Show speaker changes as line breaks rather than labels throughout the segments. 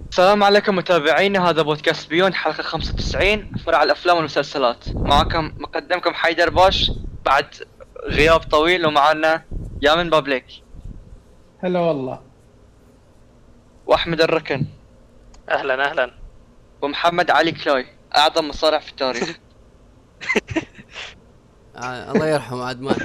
السلام عليكم متابعينا، هذا بودكاست بيون حلقة 95 فرع الأفلام والمسلسلات. معكم مقدمكم حيدر باش بعد غياب طويل، ومعنا يامن بابليك
هلا والله.
وأحمد الركن
اهلا اهلا.
ومحمد علي كلاي، أعظم مصارع في التاريخ.
الله يرحمه عاد مات.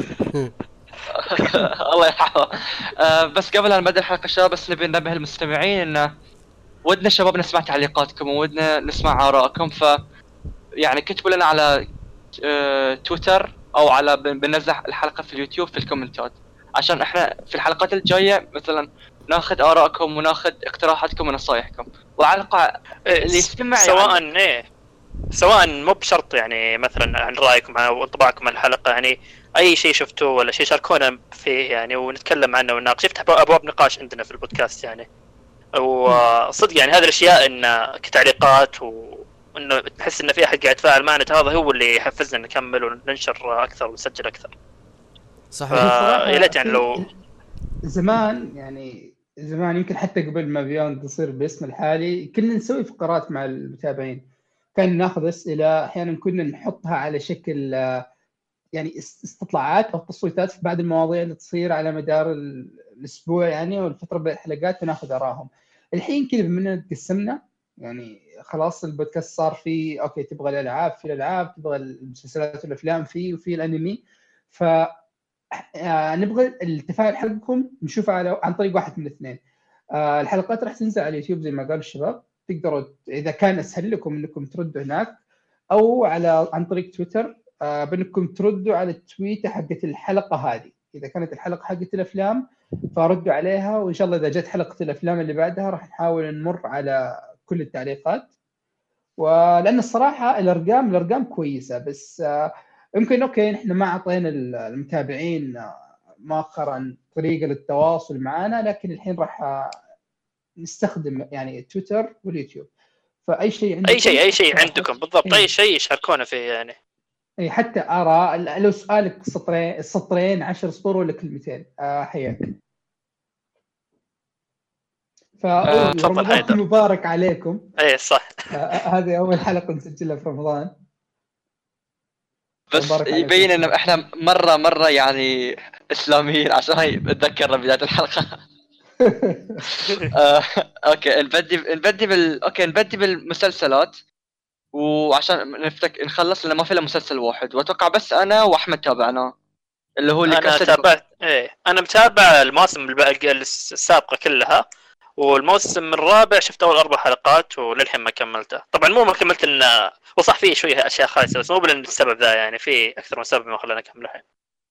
الله يرحمه. بس قبل أن نبدأ الحلقة شباب، بس نبي ننبه المستمعين إن ودنا شباب نسمع تعليقاتكم وودنا نسمع آرائكم، يعني كتبوا لنا على تويتر او على بننزل الحلقه في اليوتيوب في الكومنتات، عشان احنا في الحلقات الجايه مثلا ناخذ ارائكم وناخذ اقتراحاتكم ونصايحكم. وعلى اللي يستمع
سواء
يعني
سواء مو بشرط، يعني مثلا عن رايكم وانطباعكم عن الحلقه، يعني اي شيء شفتوه ولا شيء شاركونا فيه يعني ونتكلم عنه ونناقش، يفتح ابواب نقاش عندنا في البودكاست يعني. وصدق يعني هذه الاشياء ان كتعليقات وانه تحس ان في احد قاعد يتفاعل معنا، هذا هو اللي يحفزنا نكمل وننشر اكثر ونسجل اكثر.
صحيح.
يا ليت يعني لو
زمان يمكن حتى قبل ما بيوند تصير باسم الحالي كنا نسوي فقرات مع المتابعين، كان ناخذ اسئله، احيانا كنا نحطها على شكل يعني استطلاعات او تصويتات في بعض المواضيع اللي تصير على مدار الاسبوع يعني، او الفتره بين الحلقات، وناخذ ارائهم. الحين كذا بما اننا تقسمنا يعني خلاص البودكاست صار فيه اوكي، تبغى الالعاب في الالعاب، تبغى المسلسلات والافلام فيه، وفي الانمي. ف نبغى التفاعل حقكم نشوفه عن طريق واحد من الاثنين. الحلقات راح تنزل على اليوتيوب زي ما قال الشباب، تقدروا اذا كان اسهل لكم انكم تردوا هناك، او عن طريق تويتر بانكم تردوا على التويته حقت الحلقه هذه. اذا كانت الحلقه حقت الافلام فردوا عليها، وان شاء الله اذا جت حلقه الافلام اللي بعدها راح نحاول نمر على كل التعليقات. ولان الصراحه الارقام كويسه، بس يمكن اوكي نحن ما اعطينا المتابعين مؤخرا طريقه للتواصل معنا، لكن الحين راح نستخدم يعني تويتر واليوتيوب. فاي شيء عندكم،
اي شيء عندكم بالضبط، اي شيء يشاركونا فيه يعني.
اي حتى اراء، لو سؤالك سطرين 10 سطور ولا كلمتين، حياك.
تفضل
رمضان
حيدر.
مبارك عليكم.
اي صح.
هذه اول حلقه نسجلها في رمضان،
بس
مبارك عليكم.
يبين ان احنا مره يعني اسلاميين، عشان هاي اتذكرنا بدايه الحلقه. اوكي نبدي بالمسلسلات، وعشان نخلص لنا ما في الا مسلسل واحد، واتوقع بس انا واحمد تابعناه اللي هو اللي
انا
كاسة.
تابعت، انا متابع المواسم السابقه كلها، والموسم الرابع شفت اول 4 حلقات وللحين ما كملته. طبعا مو ما كملت انه وصح فيه شويه اشياء خايسه، بس مو بالسبب ذا، يعني في اكثر من سبب ما خلاني اكمل الحين.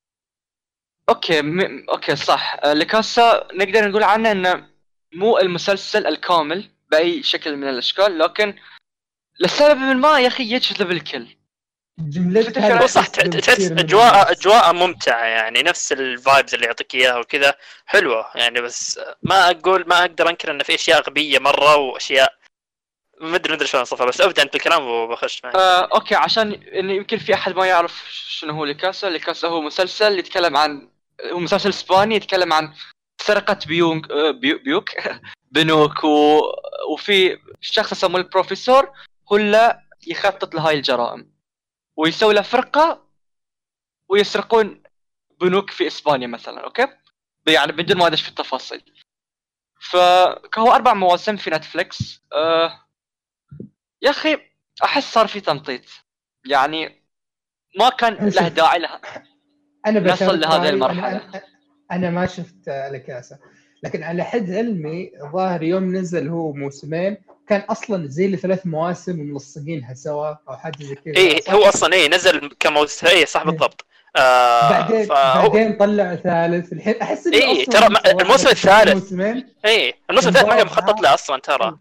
اوكي صح. لكاسا نقدر نقول عنه انه مو المسلسل الكامل باي شكل من الاشكال، لكن لسبب ما يا اخي يجذب الكل.
جملتها
وصح تحس اجواء ممتعه، يعني نفس الفايبز اللي يعطيك اياها وكذا حلوه يعني. بس ما اقدر انكر ان في اشياء غبيه مره واشياء ما ادري شلون اوصفها، بس ابدا انت الكلام وبخش معي.
اوكي، عشان إن يمكن في احد ما يعرف شنو هو لكاسا هو مسلسل يتكلم عن، هو مسلسل اسباني يتكلم عن سرقة بيوك بنوك، وفي شخص اسمه البروفيسور هو اللي يخطط لهاي الجرائم، ويسوي له فرقة ويسرقون بنوك في اسبانيا مثلا. اوكي، يعني بدون ما ادش في التفاصيل. فهو 4 مواسم في نتفليكس. يا اخي احس صار في تمطيط، يعني ما كان له داعي لها
انا
نصل
بشارك
لهذه
رايي.
المرحله.
انا ما شفت لكاسة، لكن على حد علمي ظاهر يوم نزل هو موسمين، كان اصلا زي ل3 مواسم وملصقينها سوا او حاجه زي كذا، صح؟
هو اصلا نزل كموسم، صح بالضبط.
بعدين طلع ثالث. الحين احس انه اصلا
ترى الموسم الثالث،
موسمين
الموسم الثالث ما كان مخطط له اصلا ترى.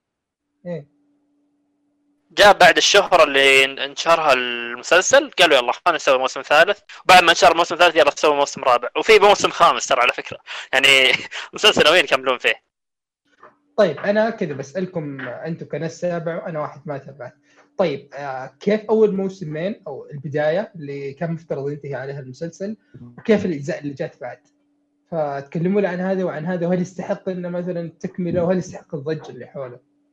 جاء بعد الشهرة اللي انشهرها المسلسل قالوا يلا خلينا نسوي موسم ثالث، وبعد ما انشهر الموسم الثالث يلا نسوي موسم رابع، وفي موسم خامس ترى على فكرة يعني. مسلسل ناويين يكملون فيه.
طيب انا كذا بسالكم انتم كناس تابعوا، انا واحد ما تابعت. طيب كيف اول موسمين او البدايه اللي كان مفترض ينتهي عليها المسلسل، وكيف الاجزاء اللي جات بعد؟ فتكلموا لي عن هذا وعن هذا، وهل يستحق انه مثلا تكمله، وهل يستحق الضجه اللي حوله؟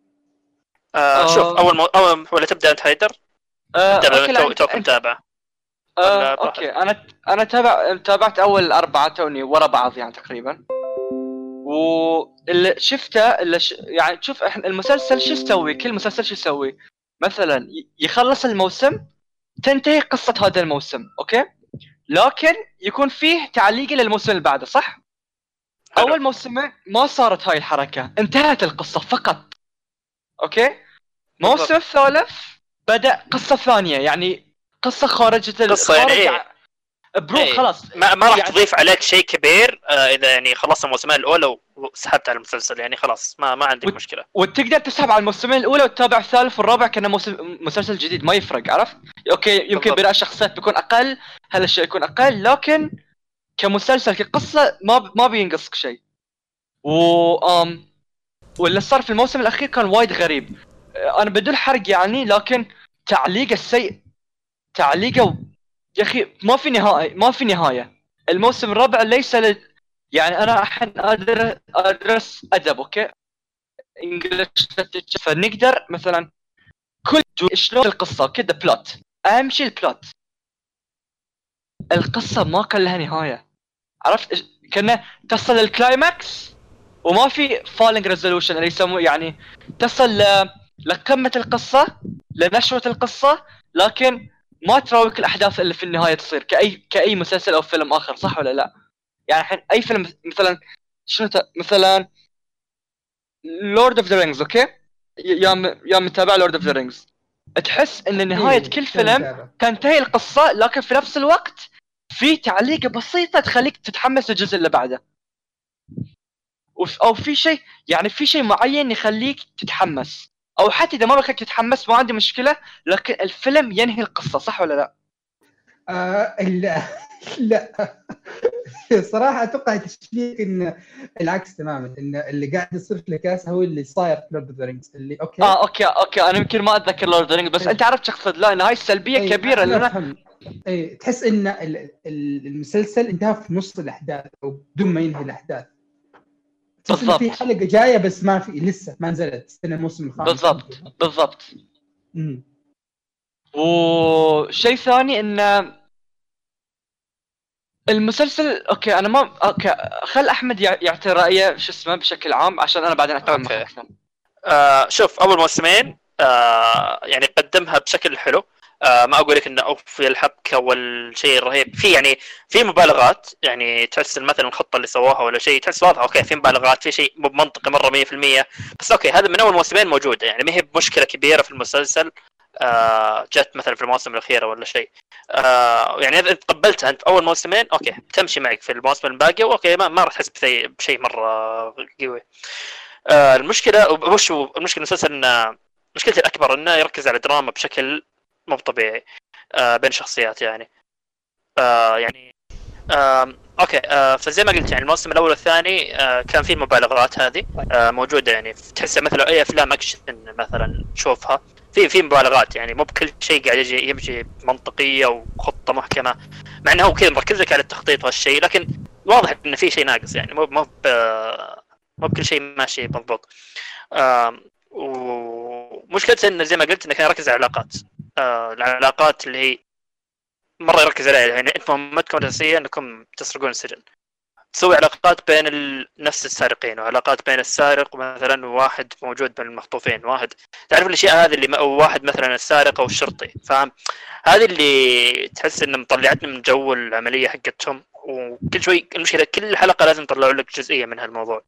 شوف اول ولا تبدا انت هيدر؟ توك متابع.
اوكي انا تابعت اول 4 توني ورا بعض يعني تقريبا. واللي شفته يعني تشوف احنا المسلسل شو يسوي، كل مسلسل شو يسوي، مثلا يخلص الموسم تنتهي قصة هذا الموسم اوكي، لكن يكون فيه تعليق للموسم اللي بعده صح؟
حلو.
اول موسمين ما صارت هاي الحركة، انتهت القصة فقط اوكي. موسم الثالث بدأ قصة ثانية، يعني قصة خارجة
قصة يعني إيه؟
برو خلاص
ما راح
يعني
تضيف عليك شيء كبير اذا يعني خلصت الموسمين الاولى وسحبت على المسلسل، يعني خلاص ما عندك مشكله،
وتقدر تسحب على الموسمين الاولى وتتابع الثالث والرابع كانه مسلسل جديد، ما يفرق عرفت. اوكي يمكن بناء الشخصيات بيكون اقل، هذا الشيء يكون اقل، لكن كمسلسل كقصه ما بينقصك شيء. واللي صار في الموسم الاخير كان وايد غريب، انا بدون حرق يعني، لكن تعليقه السيء، تعليقه يا اخي ما في نهايه. الموسم الرابع ليس يعني انا الحين ادرس ادب اوكي، انجلش، فنقدر مثلا كل شلون القصه كذا بلوت، اهم شيء البلوت. القصه ما كان لها نهايه عرفت، كنا تصل للكلايماكس وما في فالينج ريزولوشن اللي يسموه، يعني تصل لقمه القصه، لنشوه القصه، لكن ما تراويك الاحداث اللي في النهايه تصير كاي مسلسل او فيلم اخر صح ولا لا؟ يعني الحين اي فيلم مثلا مثلا لورد اوف ذا رينجز اوكي، يا متابع لورد اوف ذا رينجز، تحس ان نهايه كل فيلم تنتهي القصه، لكن في نفس الوقت في تعليقه بسيطه تخليك تتحمس للجزء اللي بعده، او في شيء يعني في شيء معين يخليك تتحمس، او حتى اذا ما بخليك تتحمس ما عندي مشكله، لكن الفيلم ينهي القصه صح ولا لا؟
لا صراحه اتوقع تشبيه ان العكس تماما، ان اللي قاعد يصير في الكاس هو اللي صاير في لورد اوف ذا رينجز اللي
اوكي انا يمكن ما اتذكر لورد اوف ذا رينجز، بس انت عرفت اقصد، لا ان هاي السلبيه كبيره لنا.
تحس ان المسلسل انتهى في نص الاحداث او بدون ما ينهي الاحداث، بالضبط في حلقه جايه بس ما في لسه ما نزلت، استنى الموسم الخامس
بالضبط. وشيء ثاني ان المسلسل اوكي انا ما اوكي خل احمد يعطي رايه شو اسمه بشكل عام عشان انا بعدين اتعمق اكثر.
شوف اول موسمين يعني قدمها بشكل حلو، ما اقول لك انه اوفي الحبكه والشيء الرهيب، في يعني في مبالغات، يعني تحس مثلا الخطه اللي سواها ولا شيء تحس واضحه اوكي في مبالغات، في شيء مو منطقي مره 100%، بس اوكي هذا من اول موسمين موجوده، يعني ما هي بمشكله كبيره في المسلسل جت مثلا في المواسم الاخيره ولا شيء، يعني اذا تقبلتها انت في اول موسمين اوكي تمشي معك في المواسم الباقيه، اوكي ما راح تحس بشيء مره قوي. المشكله وش المشكله المسلسل ان مشكلتي الاكبر انه يركز على دراما بشكل مو طبيعي بين شخصيات يعني يعني اوكي فزي ما قلت يعني الموسم الاول والثاني كان فيه المبالغات هذه موجوده، يعني تحس مثلا اي افلام اكشن مثلا تشوفها في مبالغات، يعني مو بكل شيء قاعد يمشي منطقيه وخطه محكمه، مع انه هو كذا مركز لك على التخطيط والشيء، لكن واضح ان في شيء ناقص، يعني مو بكل شيء ماشي مضبوط. ومشكلته انه زي ما قلت انه كان يركز على العلاقات، العلاقات اللي هي مره يركز عليها، يعني انت مهمتكم الاساسيه انكم تسرقون السجن، تسوي علاقات بين نفس السارقين، وعلاقات بين السارق ومثلا واحد موجود بين المخطوفين، واحد تعرف الاشياء هذه اللي واحد مثلا السارق او الشرطي، فاهم؟ هذه اللي تحس ان مطلعتنا من جو العمليه حقتهم، وكل شوي المشكله كل حلقه لازم يطلعوا لك جزئيه من هالموضوع.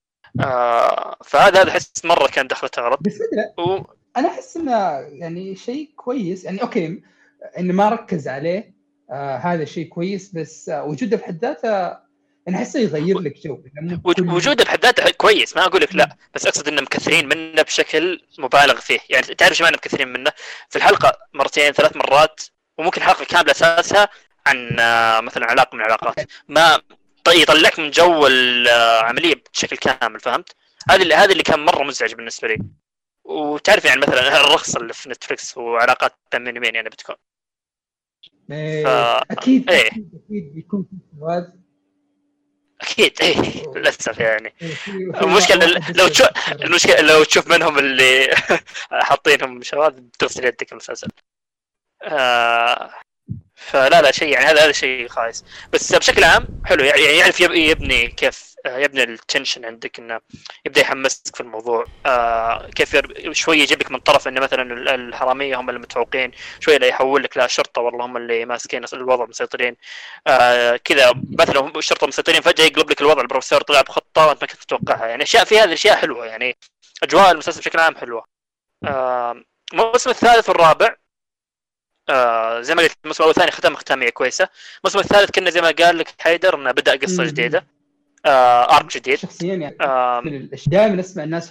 فهذا احس مره كان دخلته غلط،
انا احس انه يعني شيء كويس، يعني اوكي انه ما ركز عليه هذا شيء كويس، بس وجوده بحد ذاته انا احسه يغير لك جو،
وجوده بحد ذاته كويس ما اقول لك لا، بس اقصد انه مكثرين منه بشكل مبالغ فيه، يعني تعرف ايش معنى مكثرين منه؟ في الحلقه مرتين 3 مرات، وممكن حلقه كامله اساسها عن مثلا علاقه من العلاقات، ما يطلعك من جو العمليه بشكل كامل، فهمت؟ هذا اللي كان مره مزعج بالنسبه لي. وتعرف يعني مثلا الرخص اللي في نتفلكس وعلاقات بين مين يعني بتكون
اكيد بيكون في جواز،
اكيد ايه للاسف يعني.
في
المشكله
واحد
لو
بس
تشوف
يتفرج.
المشكله لو تشوف منهم اللي حاطينهم شواذ بتغسل يدك المسلسل. آه فلا شيء يعني هذا شيء خايس. بس بشكل عام حلو يعني يعرف يبني كيف يبني التنشن عندك انه يبدا يحمسك في الموضوع. كيف شوي يجيبك من طرف انه مثلا الحراميه هم اللي متفوقين، شوي لا يحول لك لا الشرطه والله هم اللي ماسكين الوضع مسيطرين. كذا مثلا هم الشرطه مسيطرين فجاه يقلب لك الوضع البروفيسور طلع بخطه وانت ما كنت تتوقعها. يعني اشياء في هذه الاشياء حلوه يعني. اجواء المسلسل بشكل عام حلوه. الموسم الثالث والرابع زي ما قلت الموسم الاول والثاني ختاميه كويسه. الموسم الثالث كنا زي ما قال لك حيدر انه بدا قصه جديده، ارك جديد.
شخصيا يعني من الاشياء دائما اسمع الناس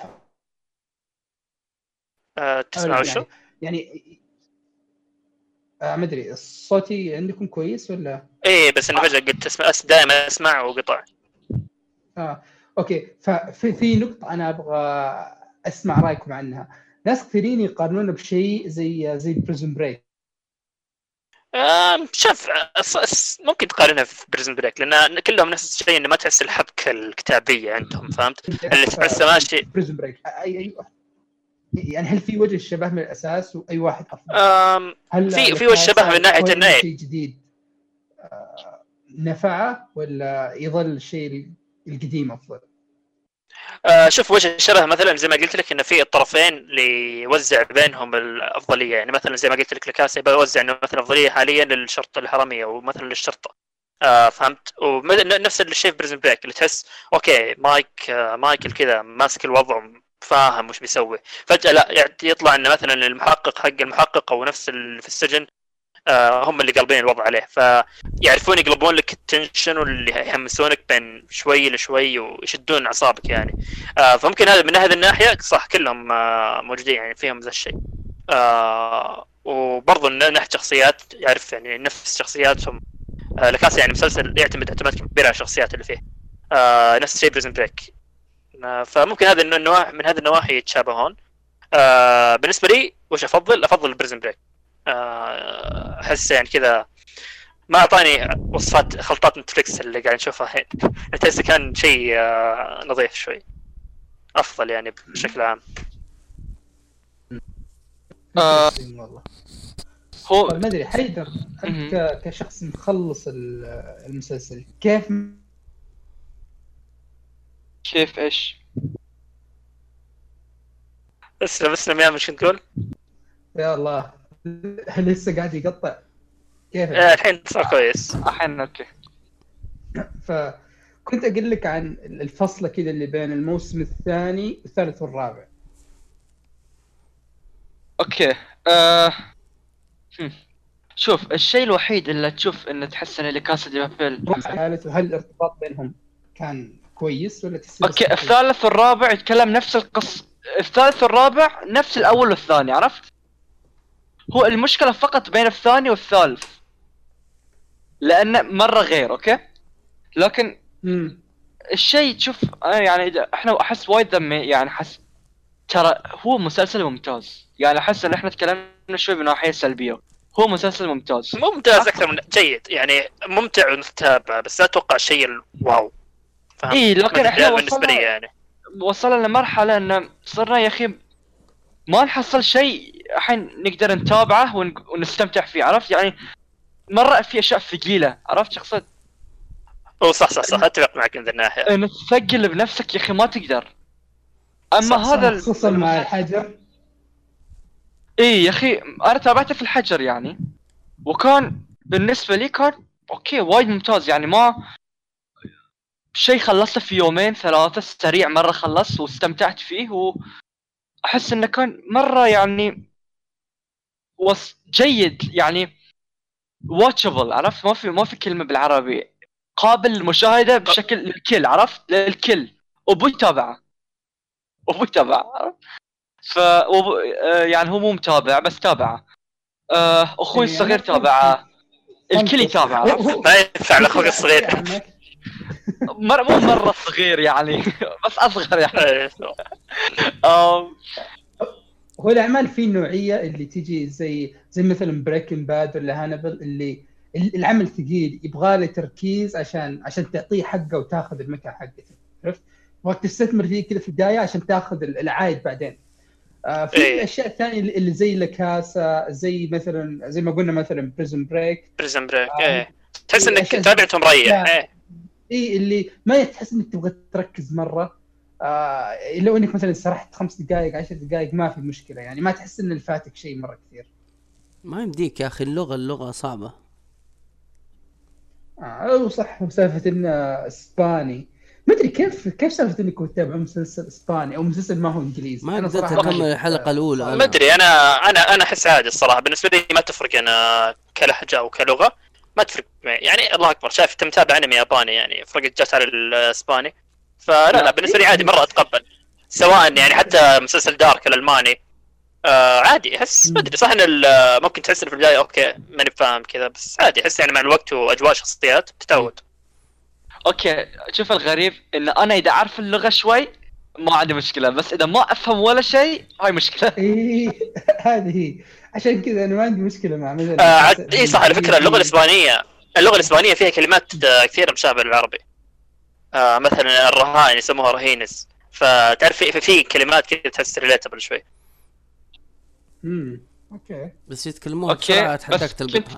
تسمع وشو؟
يعني ما ادري صوتي عندكم كويس ولا
ايه بس انا فجاه قلت تسمع دائما اسمع وقطع.
اوكي. ففي نقطه انا ابغى اسمع رايكم عنها. ناس كثيرين يقارنونه بشيء زي بريزن بريك.
شوف ممكن تقارنها في بريزن بريك لان كلهم نفس الشيء، انه ما تحس الحبكه الكتابيه عندهم، فهمت؟ اللي تحسه ماشي
بريزن بريك اي يعني هل في وجه الشبه من الاساس واي واحد افضل؟
هل في وجه شبه من ناحيه انه
شيء جديد نفعه ولا يظل الشيء القديم افضل؟
شوف وجه الشبه مثلا زي ما قلت لك انه في الطرفين اللي يوزع بينهم الافضليه. يعني مثلا زي ما قلت لك لكاسا يوزع انه مثلا افضليه حاليا للشرطه الحراميه ومثلا للشرطه. فهمت؟ ونفس الشيء في بريزن بريك اللي تحس اوكي مايكل كذا ماسك الوضع فاهم وش بيسوي، فجاه لا يطلع انه مثلا المحقق حق المحقق او نفس اللي في السجن هم اللي قلبين الوضع عليه، فيعرفون يقلبون لك التنشن واللي يحمسونك بين شوي لشوي ويشدون اعصابك يعني. فممكن هذا من هذه الناحيه صح كلهم موجودين يعني فيهم ذا الشيء. وبرضه من ناحيه شخصيات يعرف يعني نفس شخصياتهم. لكاسا يعني مسلسل يعتمد اعتماد كبير على الشخصيات اللي فيه. نفس الشيء بريزن بريك. فممكن هذا النوع من هذه النواحي يتشابهون. بالنسبه لي وش افضل بريزن بريك. احس يعني كذا ما اعطاني وصفات خلطات نتفليكس اللي قاعد نشوفها الحين. تحس كان شيء نظيف شوي افضل يعني بشكل عام.
والله
هو
ما ادري حيدر انت كشخص مخلص المسلسل كيف
ايش
اسلم يا مش تقول
يا الله لسه قاعد يقطع كيف
الحين صار كويس
الحين اوكي.
فكنت اقول لك عن الفصله كذا اللي بين الموسم الثاني والثالث والرابع.
اوكي شوف الشيء الوحيد اللي تشوف انه تحس ان لكاسا دي بابيل
الثالث وهل الارتباط بينهم كان كويس ولا
اوكي الثالث والرابع يتكلم نفس القصه. الثالث والرابع نفس الاول والثاني عرفت. هو المشكله فقط بين الثاني والثالث لان مره غير اوكي. لكن الشيء تشوف يعني احنا احس وايد يعني احس ترى هو مسلسل ممتاز. يعني احس ان احنا تكلمنا شوي بناحيه سلبيه. هو مسلسل ممتاز
اكثر من جيد يعني ممتع ونتابع بس لا اتوقع شيء الواو.
اي لكن احنا
بالنسبه لي يعني
وصلنا لمرحله ان صرنا يا اخي ما نحصل شيء الحين نقدر نتابعه ونستمتع فيه عرفت. يعني مره في اشياء ثقيله عرفت شخصيات.
صح اتفق معك من ذا الناحيه.
ان تثقل بنفسك يا اخي ما تقدر. اما
صح
هذا
خصوصا مع الحجر.
اي يا اخي انا تابعته في الحجر يعني وكان بالنسبه لي كان اوكي وايد ممتاز. يعني ما شيء خلصته في يومين ثلاثه سريع مره خلص واستمتعت فيه. واحس انه كان مره يعني جيد يعني واتشبل عرفت. ما في كلمه بالعربي قابل للمشاهده بشكل للكل عرفت. للكل ابوي تابعه يعني هو مو متابع بس تابعه. اخوي الصغير تابعه. الكل يتابعه
ما ينفع لاخوك الصغير
مو مره صغير يعني بس اصغر يعني.
هو الاعمال في النوعيه اللي تيجي زي مثلا بريكنج باد ولا هانبل اللي العمل ثقيل، يبغى له تركيز عشان تعطيه حقه وتاخذ المتعه حقته، عرفت؟ تبغى تستثمر فيه كذا في البدايه عشان تاخذ العائد بعدين. في الاشياء الثانيه اللي زي لكاسا، زي مثلا زي ما قلنا مثلا بريزن بريك.
تحس انك تابعته مريح.
اللي ما تحس انك تبغى تركز مره. لو انك مثلا سرحت 5 دقائق 10 دقائق ما في مشكله، يعني ما تحس ان الفاتك شيء مره كثير.
ما يمديك يا اخي، اللغه صعبه.
صح. سالفه انه اسباني، ما ادري كيف سالفه انكم تتابعون مسلسل اسباني او مسلسل ما هو انجليزي.
ما
انا
قدرت
صراحه
اكمل الحلقه الاولى.
ما ادري، انا احس عادي الصراحه، بالنسبه لي ما تفرق انا كلهجه او كلغه، ما تفرق يعني. الله اكبر، شايف انت متابع انمي ياباني يعني فرقت جت على الاسباني، فلا بالنسبه لي عادي مره اتقبل. سواء يعني حتى مسلسل دارك الالماني عادي احس، ما ادري صح ان ممكن تحس في البدايه اوكي ماني فاهم كذا، بس عادي احس يعني مع الوقت واجواء شخصيات بتتعود.
اوكي شوف الغريب ان انا اذا اعرف اللغه شوي ما عندي مشكله، بس اذا ما افهم ولا شيء هاي مشكله.
هذه عشان كذا انا ما عندي مشكله مع مثلا
اي صح. على فكره اللغه الاسبانيه فيها كلمات كثيره مشابهه للعربي. مثلا الرهائن يسموها رهينس، فتعرف في كلمات كذا تحس ريليتبل شوي.
اوكي
بس يتكلمون بسرعه تحتاج تلقطها.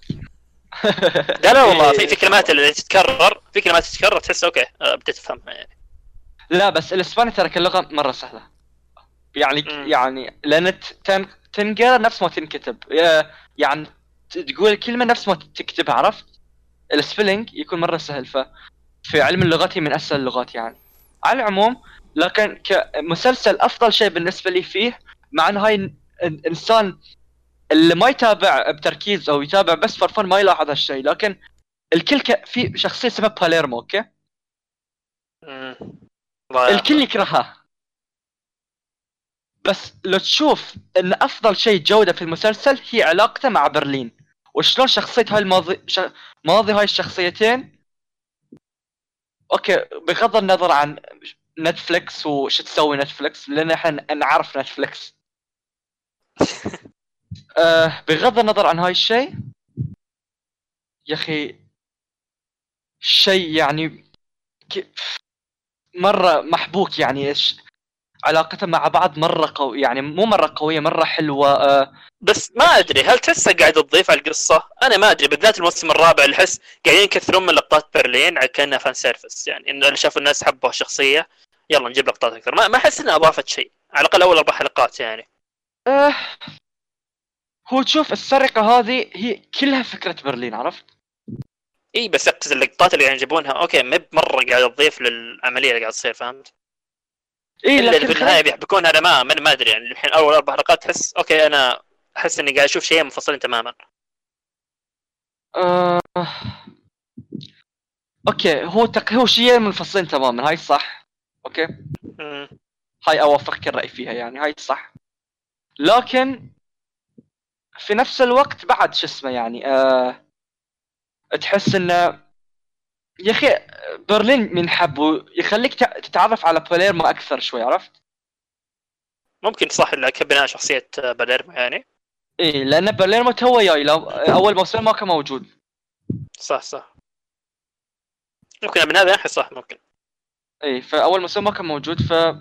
لا والله في كلمات اللي تتكرر، في كلمات تتكرر تحس اوكي بديت تفهمها يعني.
لا بس الاسباني ترى اللغه مره سهله يعني لان تنقرا نفس ما تنكتب، يعني تقول الكلمه نفس ما تكتبها، عرفت؟ السبيلنج يكون مره سهل. في علم اللغات من اسهل اللغات يعني على العموم. لكن كمسلسل افضل شيء بالنسبه لي فيه، مع انه هاي الانسان اللي ما يتابع بتركيز او يتابع بس فرفان ما يلاحظ هالشيء، لكن الكل في شخصيه اسمها باليرمو. اوكي الكل يكرهها، بس لو تشوف ان افضل شيء جوده في المسلسل هي علاقته مع برلين، وشلون شخصيه هاي ماضي هاي الشخصيتين. اوكي بغض النظر عن نتفليكس وش تسوي نتفليكس، لان احنا نعرف نتفليكس. بغض النظر عن هاي الشيء يا اخي، شيء يعني مره محبوك يعني. علاقتهم مع بعض مره قوي، يعني مو مره قويه، مره حلوه.
بس ما ادري هل تحسها قاعد تضيف على القصه؟ انا ما ادري، بالذات الموسم الرابع اللي احس قاعدين يكثرون من لقطات برلين على كانها فان سيرفيس، يعني انه اللي شافوا الناس حبوا الشخصيه يلا نجيب لقطات اكثر. ما احس انها اضافت شيء، على الاقل اول 4 حلقات يعني.
هو تشوف السرقه هذه هي كلها فكره برلين، عرفت؟
اي بس اقصد اللقطات اللي يجيبونها اوكي ما مره قاعد تضيف للعمليه اللي قاعد تصير، فهمت؟
إيه
لكن في النهايه بيحبكون. انا ما ادري يعني الحين اول 4 حلقات تحس اوكي، انا احس اني قاعد اشوف شيء منفصلين تماما.
اوكي هو شيء منفصلين تماما، هاي صح. اوكي هاي اوافقك الراي فيها، يعني هاي صح. لكن في نفس الوقت بعد شو اسمه يعني تحس انه يا اخي برلين من حبه يخليك تتعرف على باليرمو اكثر شوي، عرفت؟
ممكن صح كبناء شخصيه باليرمو يعني.
ايه لان باليرمو تو جاي، اول موسم ما كان موجود.
صح ممكن من هذا احس صح ممكن.
ايه فاول موسم ما كان موجود،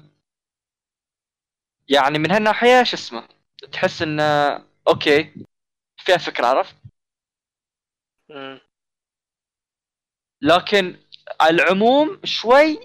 يعني من هالناحيه شو اسمه تحس انه اوكي فيها فكره، عرفت؟ لكن على العموم شوي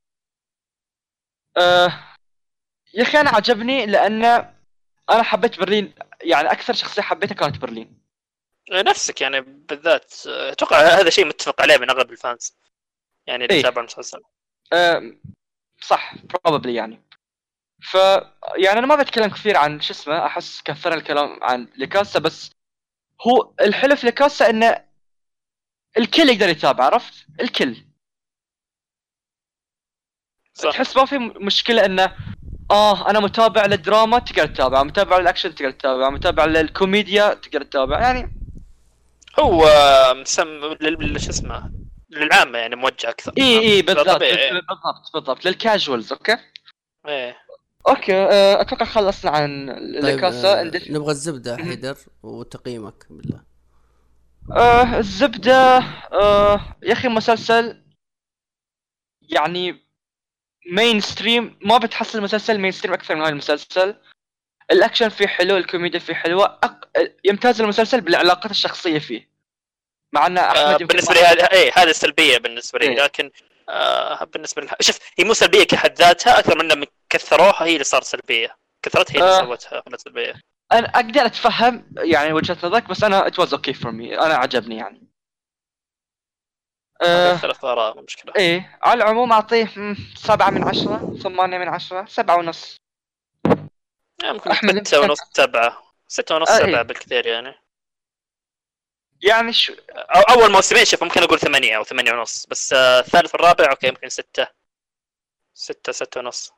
يا اخي انا عجبني، لان انا حبيت برلين، يعني اكثر شخصيه حبيتها كانت برلين.
نفسك يعني بالذات اتوقع هذا شيء متفق عليه من اغلب الفانز يعني اللي تابعوا المسلسل.
صح probably يعني. يعني انا ما بتكلم كثير عن شو اسمه، احس كثر الكلام عن ليكاسا، بس هو الحلو في ليكاسا انه الكل يقدر يتابع، عرفت؟ الكل صح. تحس ما في مشكله انه انا متابع للدراما تقدر تتابع، متابع للاكشن تقدر تتابع، متابع للكوميديا تقدر تتابع، يعني
هو شو اسمه للعامه يعني موجه اكثر.
اي بالضبط للكاجوالز. اوكي اتوقع خلصنا عن ليكاسا.
نبغى الزبده حيدر وتقييمك بالله.
الزبده يا اخي مسلسل يعني مين ستريم، ما بتحصل مسلسل مين ستريم اكثر من هذا المسلسل. الاكشن فيه حلو، الكوميديا فيه حلوه، يمتاز المسلسل بالعلاقات الشخصيه فيه، مع ان احمد
بالنسبه لي هذه السلبيه بالنسبه لي. لكن بالنسبه لي شوف، هي مو سلبيه كحد ذاتها، اكثر من كثروها هي اللي صار سلبيه، كثرتها هي اللي سوتها سلبيه.
انا اقدر اتفهم يعني وجهه نظرك، بس انا it was okay for me، انا عجبني يعني.
ثلاث آراء مشكلة.
ايه على العموم اعطيه 7 من 10، 8 من 10، 7.5.
ممكن 6.5 7 6.5 7 بالكثير يعني اول موسمين شوف ممكن اقول 8 او 8.5، بس الثالث والرابع اوكي ممكن 6 6.5.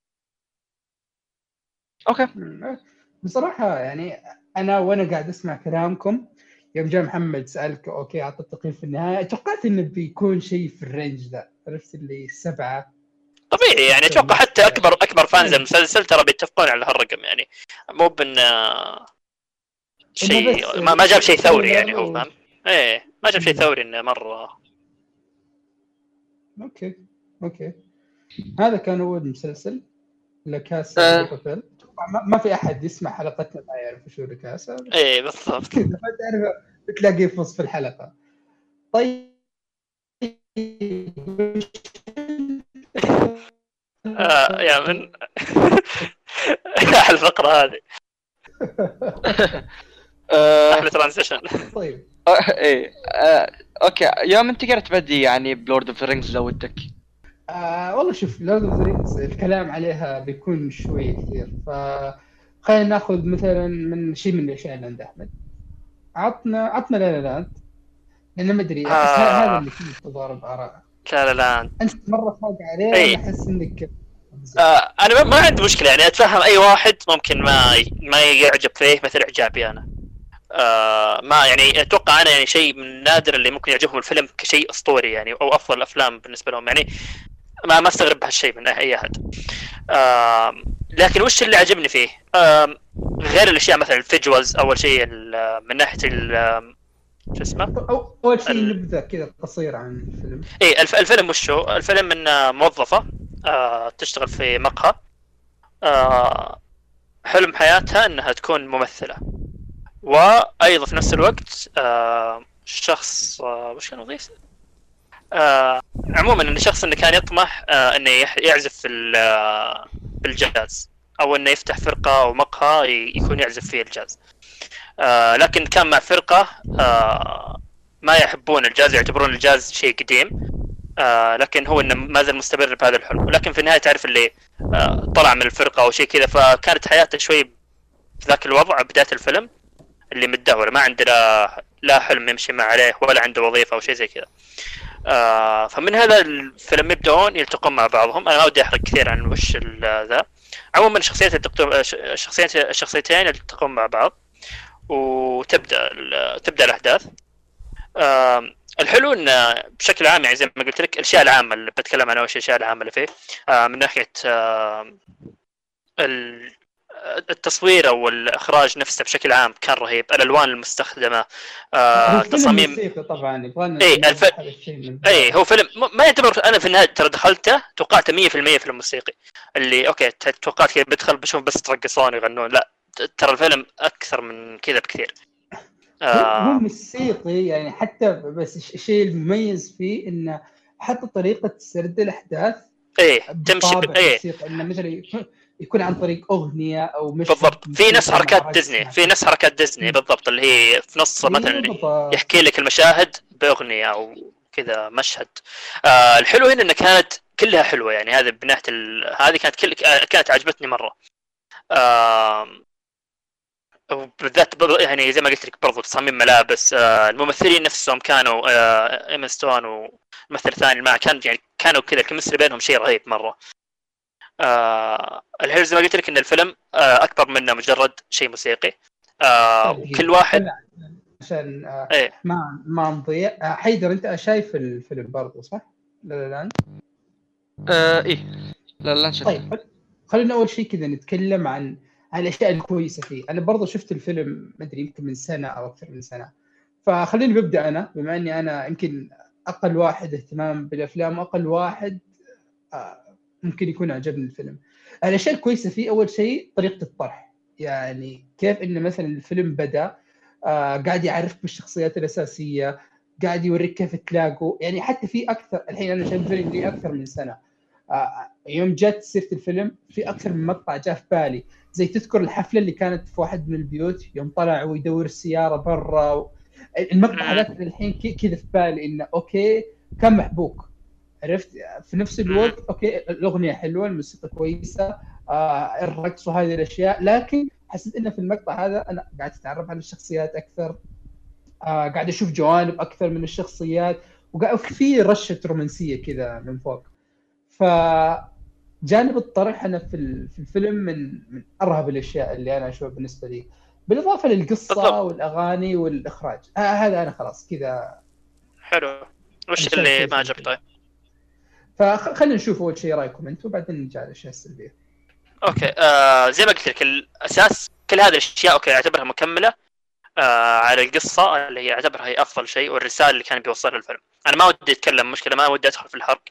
اوكي.
بصراحه يعني انا وانا قاعد اسمع كلامكم يوم جاء محمد سألك اوكي اعطى التقييم في النهايه، توقعت انه بيكون شيء في الرينج ذا، عرفت اللي 7
طبيعي يعني. اتوقع حتى اكبر فانز المسلسل ترى بيتفقون على هالرقم يعني، مو بان شيء ما جاب شيء ثوري يعني. هو فاهم ايه ما جاب شيء ثوري انه مره.
اوكي هذا كان اول مسلسل لكاسا دي بابيل. ما في احد يسمع حلقتنا ما يعرف شو لكاسا.
ايه بالضبط
كذا ما تعرف بتلاقيه في وصف الحلقه. طيب
يا من الفقره هذه احلى ترانزيشن.
طيب
ايه اوكي يوم انت قاعد تبدي يعني بلورد اوف ذا رينجز لو ودك.
والله شوف لورد اوف ذا رينجز الكلام عليها بيكون شوي كثير، فخلينا ناخذ مثلا من شيء من الاشياء اللي عند احمد. عطنا لا لاند، لأنه ما ادري هذا اللي فيه تضارب اراء.
لا لاند
انت مره فوق عليه احس انك
انا ما عندي مشكله يعني، اتفهم اي واحد ممكن ما يعجب فيه مثل اعجابي انا. ما يعني اتوقع انا يعني شيء من النادر اللي ممكن يعجبهم الفيلم كشيء اسطوري يعني، او افضل الافلام بالنسبه لهم يعني. ما استغرب بهالشيء من اي احد. لكن وش اللي عجبني فيه غير الاشياء مثلا الفيجوالز اول شيء من ناحيه شو اسمه
اول شيء نبذه كذا قصيره عن الفيلم.
ايه الفيلم وش هو؟ الفيلم ان موظفه تشتغل في مقهى، حلم حياتها انها تكون ممثله، وايضا في نفس الوقت شخص وش كان وظيفته عموما ان الشخص انه كان يطمح انه يعزف بالجاز، او انه يفتح فرقه او مقهى يكون يعزف فيه الجاز. لكن كان مع فرقه ما يحبون الجاز، يعتبرون الجاز شيء قديم. لكن هو انه ما زال مستمر بهذا الحلم، ولكن في النهايه تعرف اللي طلع من الفرقه او شيء كذا. فكانت حياته شوي في ذاك الوضع بدايه الفيلم اللي متدهور، ما عنده لا حلم يمشي مع عليه ولا عنده وظيفه او شيء زي كذا. فمن هذا الفيلم يبدأون يلتقون مع بعضهم. انا ما ودي احرق كثير عن وش ذا. عموما الشخصيتين يلتقون مع بعض وتبدا الاحداث. الحلو انه بشكل عام يعني زي ما قلت لك الاشياء العامه اللي بتكلم عنها، وش الاشياء العامه اللي فيه من ناحيه التصوير او الاخراج نفسه بشكل عام كان رهيب. الالوان المستخدمه، تصاميم
طبعا يبغى
هو فيلم ما يعتبر. انا في النهايه ترى دخلته توقعت 100% فيلم موسيقي، اللي اوكي توقعت كذا بدخل بشوف بس ترقصون يغنون. لا ترى الفيلم اكثر من كذا بكثير.
هو موسيقي يعني، حتى بس الشيء المميز فيه انه حتى طريقه سرد الاحداث
تمشي
انه مثلا يكون عن طريق اغنيه او مش
بالضبط. في نفس حركات ديزني بالضبط، اللي هي في نص مثلا يحكي لك المشاهد باغنيه او كذا مشهد. الحلو هنا انها كانت كلها حلوه يعني. هذه بناحيه هذه كانت عجبتني مره. وبالذات يعني زي ما قلت لك برضو تصاميم ملابس، الممثلين نفسهم كانوا إيما ستون وممثل ثاني معه كانوا كذا الكيمستري بينهم شيء رهيب مره. الحلو زي ما قلت لك ان الفيلم اكبر منه مجرد شيء موسيقي. كل واحد
عشان ما نضيع. حيدر انت شايف الفيلم برضو صح؟ لا
ايه لا
طيب خلينا اول شيء كذا نتكلم عن الاشياء الكويسه فيه. انا برضو شفت الفيلم ما ادري يمكن من سنه او اكثر من سنه، فخليني ببدا انا، بما اني انا يمكن اقل واحد اهتمام بالافلام واقل واحد ممكن يكون عجبني الفيلم. الاشياء الكويسه فيه اول شيء طريقه الطرح، يعني كيف ان مثلا الفيلم بدا قاعد يعرفك بالشخصيات الاساسيه، قاعد يوريك كيف تلاقوا، يعني حتى في اكثر. الحين انا شايف الفيلم لي اكثر من سنه، يوم جت سيره الفيلم في اكثر من مقطع جاء في بالي. زي تذكر الحفله اللي كانت في واحد من البيوت يوم طلع ويدور السياره برا، المقطع هذاك الحين كذا في بالي انه اوكي كان محبوك، عرفت؟ في نفس الوقت اوكي الاغنيه حلوه، الموسيقى كويسه، الرقص وهذه الاشياء، لكن حسيت انه في المقطع هذا انا قاعد اتعرف على الشخصيات اكثر، قاعد اشوف جوانب اكثر من الشخصيات، وقاعد في رشه رومانسيه كذا من فوق. فجانب الطرح انا في الفيلم من ارهب الاشياء اللي انا اشوفها بالنسبه لي، بالاضافه للقصه والاغاني والاخراج. هذا انا خلاص كذا.
حلو. وش اللي ما عجبك طيب؟
فخلينا نشوف اول شيء رايكم انتم، بعدين نرجع للاشياء السلبيه.
اوكي. زي ما قلت لك الاساس كل هذه الاشياء اوكي اعتبرها مكمله على القصه اللي هي اعتبرها هي افضل شيء، والرساله اللي كان بيوصلها الفيلم. انا ما ودي اتكلم مشكله، ما ودي ادخل في الحرق،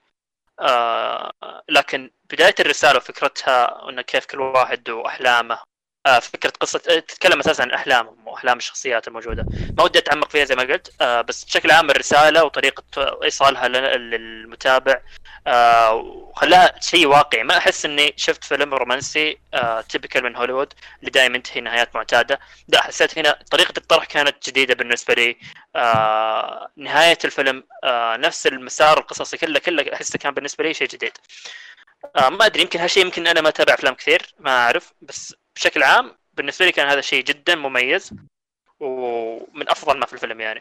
لكن بدايه الرساله وفكرتها انه كيف كل واحد واحلامه، فكره قصه تتكلم اساسا عن احلامهم واحلام الشخصيات الموجوده. ما ودي اتعمق فيها زي ما قلت، بس بشكل عام الرساله وطريقه ايصالها للمتابع وخلاها شيء واقعي. ما احس اني شفت فيلم رومانسي تيبيكال من هوليوود اللي دائما ينتهي نهايات معتاده. لا، حسيت هنا طريقه الطرح كانت جديده بالنسبه لي. نهايه الفيلم نفس المسار القصصي كله احسه كان بالنسبه لي شيء جديد. ما ادري، يمكن هالشيء يمكن انا ما اتابع افلام كثير ما اعرف، بس بشكل عام بالنسبه لي كان هذا الشيء جدا مميز ومن افضل ما في الفيلم يعني.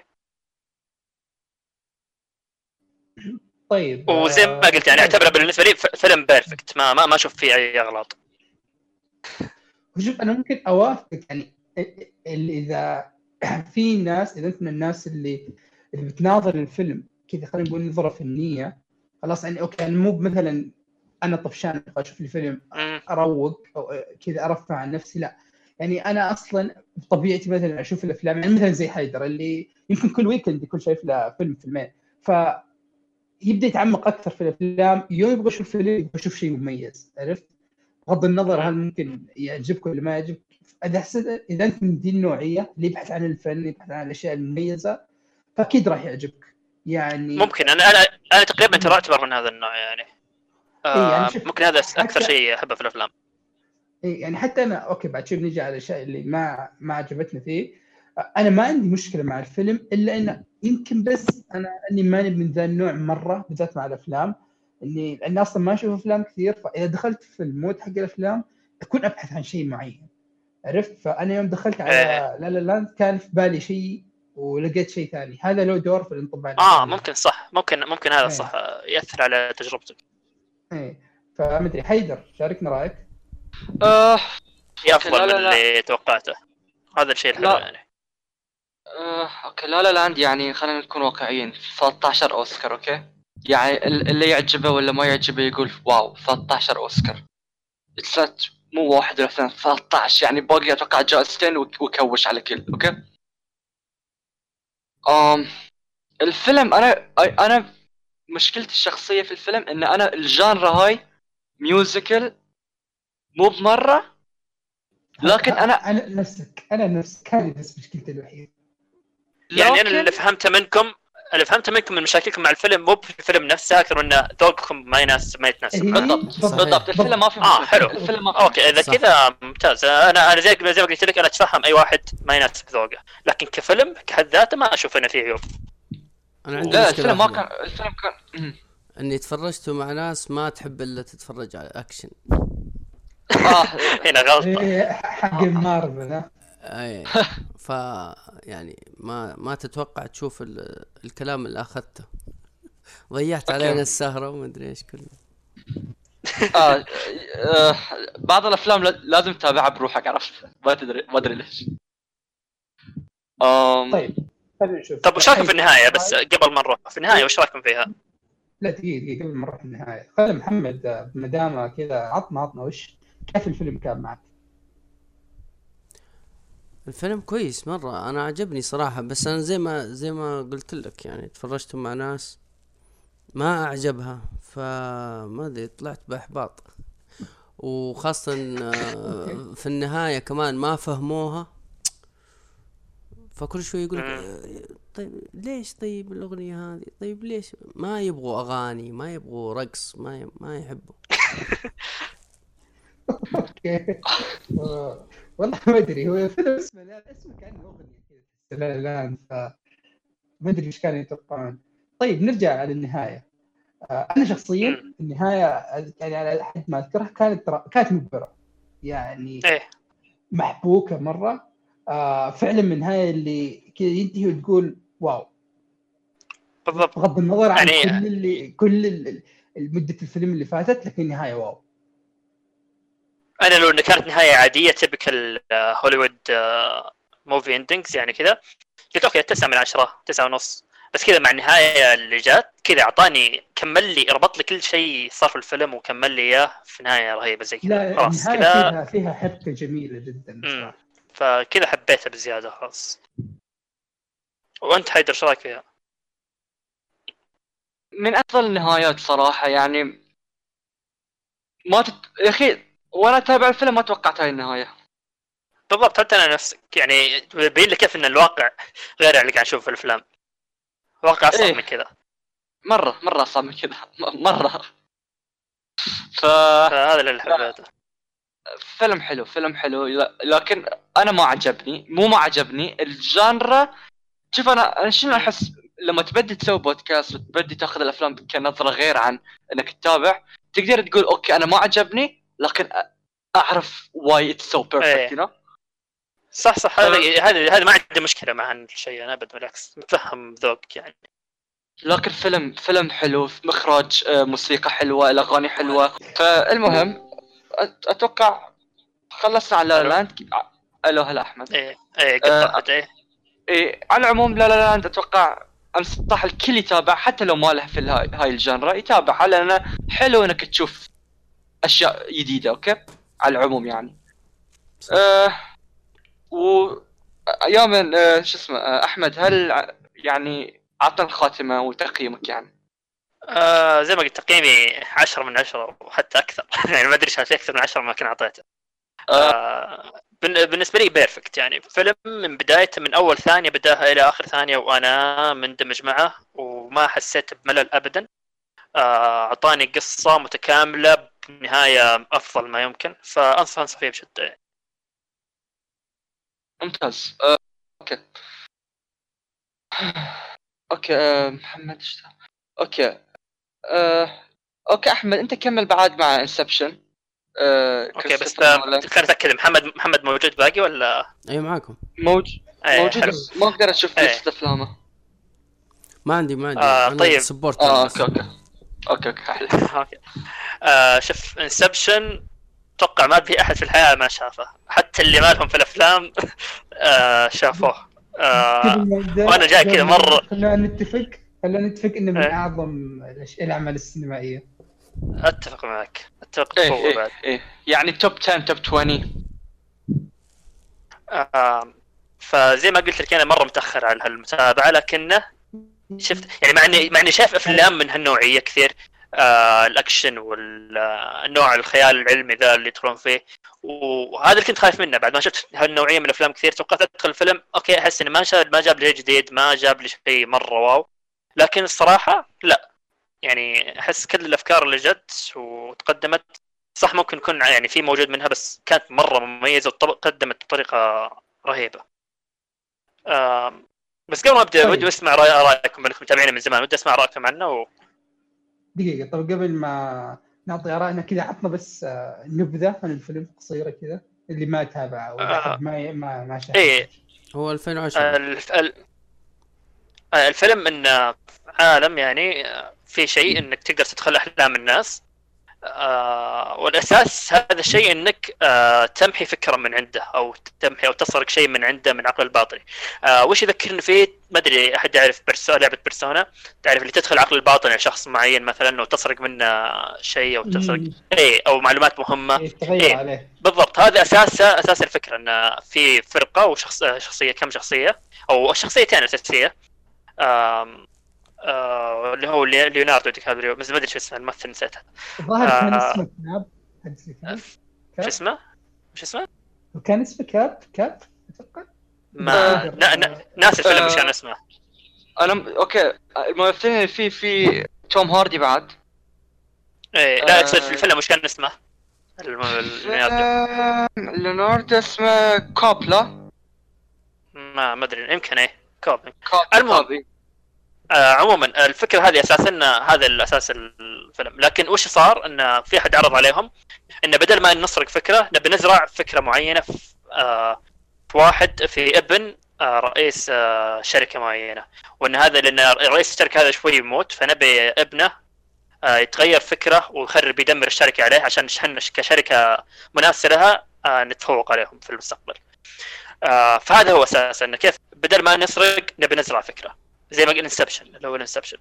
طيب
وزي ما قلت يعني اعتبره بالنسبه لي فيلم بيرفكت، ما اشوف فيه اي اغلاط.
شوف انا ممكن اوافقك، يعني اذا في ناس، اذا انت من الناس اللي بتناظر الفيلم كذا خلينا نقول نظره فنيه خلاص، يعني اوكي يعني مو مثلا انا طفشان اشوف الفيلم اروق او كذا ارفع عن نفسي، لا يعني انا اصلا بطبيعتي مثلا اشوف الافلام، يعني مثلا زي حيدر اللي يمكن كل ويكند يكون شايف له فيلمين، فيبدا يتعمق اكثر في الافلام. يوم يبغى يشوف فيلم يبغى يشوف شيء مميز، عرفت؟ بغض النظر هل ممكن يعجبك ولا ما يعجبك. اذا انت من دي النوعيه اللي يبحث عن الفن، يبحث عن الاشياء المميزه، فاكيد راح يعجبك. يعني
ممكن انا تقريبا ترى اعتبر من هذا النوع يعني.
يعني
ممكن هذا اكثر شيء احبه في الافلام.
يعني حتى انا اوكي بعد شوي بنيجي على الاشياء اللي ما عجبتني فيه. انا ما عندي مشكله مع الفيلم، الا انه يمكن بس انا اني ماني من ذا النوع مره، بالذات مع الافلام اني انا اصلا ما اشوف افلام كثير، فاذا دخلت في المود حق الافلام اكون ابحث عن شيء معين، عرفت؟ فانا يوم دخلت على لا لاند كان في بالي شيء ولقيت شيء ثاني، هذا له دور في الانطباع.
ممكن صح، ممكن هذا صح ياثر على تجربتك.
فمدري حيدر شاركنا رايك.
هي افضل من اللي توقعته، هذا الشيء الحلو يعني.
اوكي لا لاند يعني خلينا نكون واقعيين، 13 اوسكار اوكي، يعني اللي يعجبه ولا ما يعجبه يقول واو 13 اوسكار، مو واحد ولا اثنين، 13 يعني باقي اتوقع جائزتين وكوش على كل. اوكي الفيلم انا مشكلتي الشخصيه في الفيلم ان انا الجانرا هاي ميوزيكال مو بمره، لكن انا
نفسك هذه بس مشكلتي الوحيده.
يعني انا اللي فهمته منكم من مشاكلكم مع الفيلم مو في الفيلم نفسه، اكثر من ذوقكم ما يتناسب.
بالضبط الفيلم ما في
حلو الفيلم ما اوكي اذا كذا ممتاز. انا زي ما قلت لك انا اتفهم اي واحد ما يناسب ذوقه، لكن كفيلم كحد ذاته ما اشوف انه فيه عيوب.
انا عندي مشكله
الفيلم ما كان الفيلم كان
اني تفرجت مع ناس ما تحب الا تتفرج على اكشن.
هنا غلطه
حق مارفل.
اي يعني ما تتوقع تشوف الكلام اللي اخذته، ضيعت علينا السهرة وما ادري ايش كله.
بعض الافلام لازم تتابعها بروحك، عرفت؟ ما ادري ليش.
طيب خلينا نشوف.
طب وش رايكم في النهايه؟ بس قبل ما نروح في النهايه وش رايكم فيها؟
لا دقيقه قبل ما نروح النهايه، خلي محمد مدام كذا عطنا وش كيف الفيلم كان معك؟
الفيلم كويس مرة، انا عجبني صراحة، بس انا زي ما قلت لك يعني تفرجت مع ناس ما اعجبها، فما ادري طلعت باحباط، وخاصة في النهاية كمان ما فهموها، فكل شوي يقولك طيب ليش، طيب الأغنية هذه، طيب ليش ما يبغوا أغاني، ما يبغوا رقص، ما يحبوا.
اوكي. والله ما ادري، هو فيلم اسمه كان اغنيه كذا لا لا، فما ادري ايش كانوا يتوقعون. طيب نرجع على النهايه. انا شخصيا النهايه يعني على حد ما اذكرها كانت مبهره يعني،
ايه
محبوكه مره. فعلا من النهايه اللي كذا ينتهي وتقول واو،
بالضبط.
بغض النظر عن
يعني
كل مده الفيلم اللي فاتت، لكن النهايه واو.
انا لو ان كانت نهايه عاديه تبكل هوليوود موفي اندنجز يعني كذا، قلت اوكي 9/10 9.5، بس كذا مع النهايه اللي جات كذا اعطاني، كمل لي ربط لي كل شيء صار في الفيلم وكمل لي اياه في نهايه رهيبه زي كذا،
لا
خلاص
النهايه
كذا.
فيها حبكه جميله جدا صراحه.
فكذا حبيتها بزياده خلاص. وانت حيدر ايش رايك فيها؟
من افضل النهايات صراحه يعني. يا اخي وانا اتابع الفيلم ما توقعت هاي النهايه.
بالضبط، حتى انا نفسك يعني يبين لك كيف ان الواقع غير اللي قاعد نشوفه في الافلام، الواقع اصعب من كذا،
مره اصعب من كذا مره.
فهذا اللي حبيته.
فيلم حلو لكن انا ما عجبني، ما عجبني الجانرا. شوف انا شنو احس لما تبدي تسوي بودكاست وتبدي تاخذ الافلام كنظره غير عن انك تتابع، تقدر تقول اوكي انا ما عجبني لكن اعرف واي اتس سو بيرفكت يو نو.
صح هذا ما عندي مشكله مع هالشيء، انا ابد بالعكس متفهم ذوقك يعني.
لكن فيلم حلو، مخرج، موسيقى حلوه، الاغاني حلوه. فالمهم اتوقع خلصنا على لا لاند. الو هلا احمد.
ايه قطعت.
ايه على العموم لا لاند اتوقع انصح الكل يتابع، حتى لو ما له في هاي الجنرا يتابعها، لانه حلو انك تشوف اشياء جديده. اوكي على العموم يعني. و يوم شو اسمه احمد، هل يعني عطنا الخاتمه وتقييمك يعني؟
زي ما قلت تقييمي 10/10 وحتى اكثر يعني ما ادري ايش اكثر من 10 ما كان اعطيته. بالنسبه لي بيرفكت يعني، فيلم من بدايته من اول ثانيه بداها الى اخر ثانيه وانا مندمج معه وما حسيت بملل ابدا. اعطاني قصه متكامله بنهايه افضل ما يمكن، فانصح فيه بشده يعني.
ممتاز. اوكي محمد اشتغل. اوكي اوكي احمد انت كمل بعد مع انسبشن.
اوكي بس خليني اتاكد، محمد موجود باقي ولا؟
اي معاكم
موجود بس ما اقدر اشوف لسه افلامه.
ما عندي أنا
طيب
سبورت.
اوكي
شوف انسبشن اتوقع ما في احد في الحياه ما شافه، حتى اللي ما لهم في الافلام شافوه. وانا جاي كذا مره.
خلينا نتفق انه من اعظم الاعمال السينمائيه.
اتفق معك بقوه بعد.
يعني توب 10 توب 20.
فزي ما قلت لك انا مره متاخر على هالمتابعه، لكنه شفت يعني معني شايف افلام من هالنوعيه كثير، الاكشن والنوع الخيال العلمي ذا اللي يدخلون فيه، وهذا اللي كنت خايف منه. بعد ما شفت هالنوعيه من الافلام كثير توقعت ادخل الفيلم اوكي احس انه ما جاب لي جديد، ما جاب لي شيء مره واو، لكن الصراحه لا يعني احس كل الافكار اللي جت وتقدمت صح ممكن يكون يعني في موجود منها، بس كانت مره مميزه وقدمت بطريقه رهيبه. بس قبل ما ابدا ودي اسمع رايكم، انكم متابعين من زمان، ودي اسمع رايكم عنه
دقيقه. طب قبل ما نعطي ارائنا كذا عطنا بس نبذه عن الفيلم قصيره كذا اللي ما تابعه ولا حد ما شاف.
ايه
هو 2010
الفيلم من عالم يعني في شيء انك تقدر تدخل احلام الناس، والاساس هذا الشيء انك تمحي فكره من عنده او تمحي او تسرق شيء من عنده من عقل الباطني. وش يذكرني فيه ما ادري احد يعرف لعبه بيرسونا، تعرف اللي تدخل عقل الباطن لشخص معين مثلا وتسرق منه شيء او تسرق او معلومات مهمه
تغير عليه.
بالضبط، هذا اساس الفكره ان في فرقه شخصيه كم شخصيه او شخصيتين اساسيه. اللي هو ليوناردو دي كابريو، بس ما ادري شو اسمه الممثل نسيته.
الظاهر كان اسمه كاب.
شو اسمه؟
وكان اسمه كاب اتوقع.
ما ناس الفيلم مش كان اسمه.
انا اوكي الممثلين اللي في توم هاردي بعد.
ايه لا اقصد في الفيلم مش كان اسمه
ليوناردو اسمه كوبلا.
ما ادري يمكن ايه كوب.
المهم
عموما الفكره هذه اساسا هذا الاساس الفيلم، لكن وش صار ان في احد عرض عليهم ان بدل ما نسرق فكره نبي نزرع فكره معينه في واحد في ابن رئيس شركه معينه، وان هذا لان رئيس الشركه هذا شوي يموت فنبي ابنه يتغير فكره ويخرب يدمر الشركه عليه عشان احنا كشركه منافسه لها نتفوق عليهم في المستقبل. فهذا هو اساسا انه كيف بدل ما نسرق نبي نزرع فكره زي ما قلنا انسبشن اللي هو الانسبشن.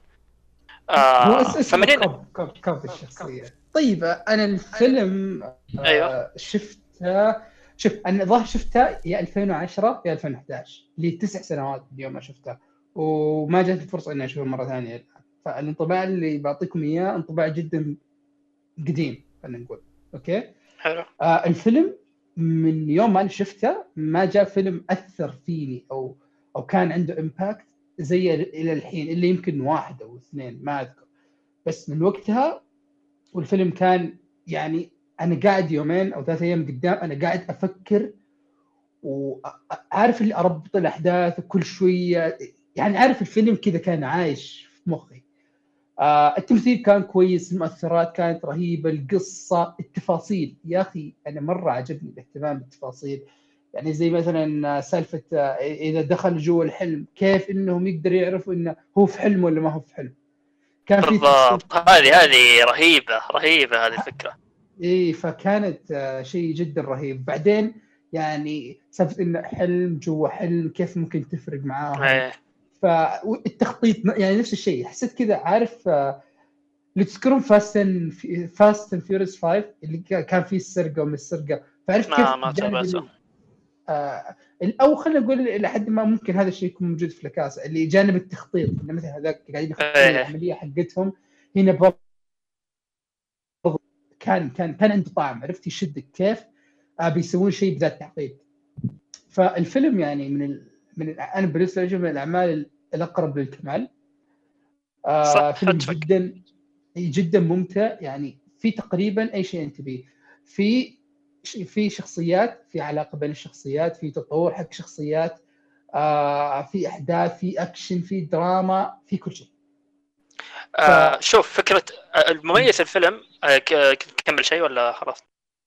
فمنين كوب الشخصيه. طيب انا الفيلم
ايوه
شفته انا ظاهر شفته يا 2010 يا 2011 لي 9 سنوات اليوم ما شفته وما جات الفرصه اني اشوفه مره ثانيه الان. فالانطباع اللي بعطيكم اياه انطباع جدا قديم خلينا نقول. اوكي
حلو.
الفيلم من يوم ما انا شفته ما جاء فيلم اثر فيني او كان عنده امباكت زي الى الحين، اللي يمكن 1 أو 2 ما اذكر، بس من وقتها والفيلم كان يعني انا قاعد 2 أو 3 ايام قدام انا قاعد افكر وعارف اللي اربط الاحداث وكل شويه يعني عارف الفيلم كذا كان عايش في مخي. التمثيل كان كويس، المؤثرات كانت رهيبه، القصه، التفاصيل يا اخي انا مره عجبني الاهتمام بالتفاصيل. يعني زي مثلا سالفه اذا دخل جوا الحلم كيف انهم يقدروا يعرفوا انه هو في حلم ولا ما هو في حلم. كان في
هذه رهيبه هذه الفكره.
ايه فكانت شيء جدا رهيب. بعدين يعني سالفه انه حلم جوا حلم كيف ممكن تفرق معاهم. فالتخطيط يعني نفس الشيء حسيت كذا عارف اللي تذكرون فاست اند فيوريوس 5 اللي كان فيه السرقه ومن السرقه، فعرفت كيف
ما تابعته.
او خلينا نقول لحد ما ممكن هذا الشيء يكون موجود في لاكاسا اللي جانب التخطيط إن مثلا هذاك قاعدين يخططون العمليه حقتهم هنا برضه كان عنده طعم، عرفت يشدك كيف بيسوون شيء بذات تعقيد. فالفيلم يعني من انا بالنسبه لي من الاعمال الاقرب للكمال. فيلم جدا ممتع، يعني في تقريبا اي شيء انت بيه، في شخصيات، في علاقه بين الشخصيات، في تطور حق شخصيات، في احداث، في اكشن، في دراما، في كل شيء.
شوف فكره المميز الفيلم كمل شيء ولا خلاص؟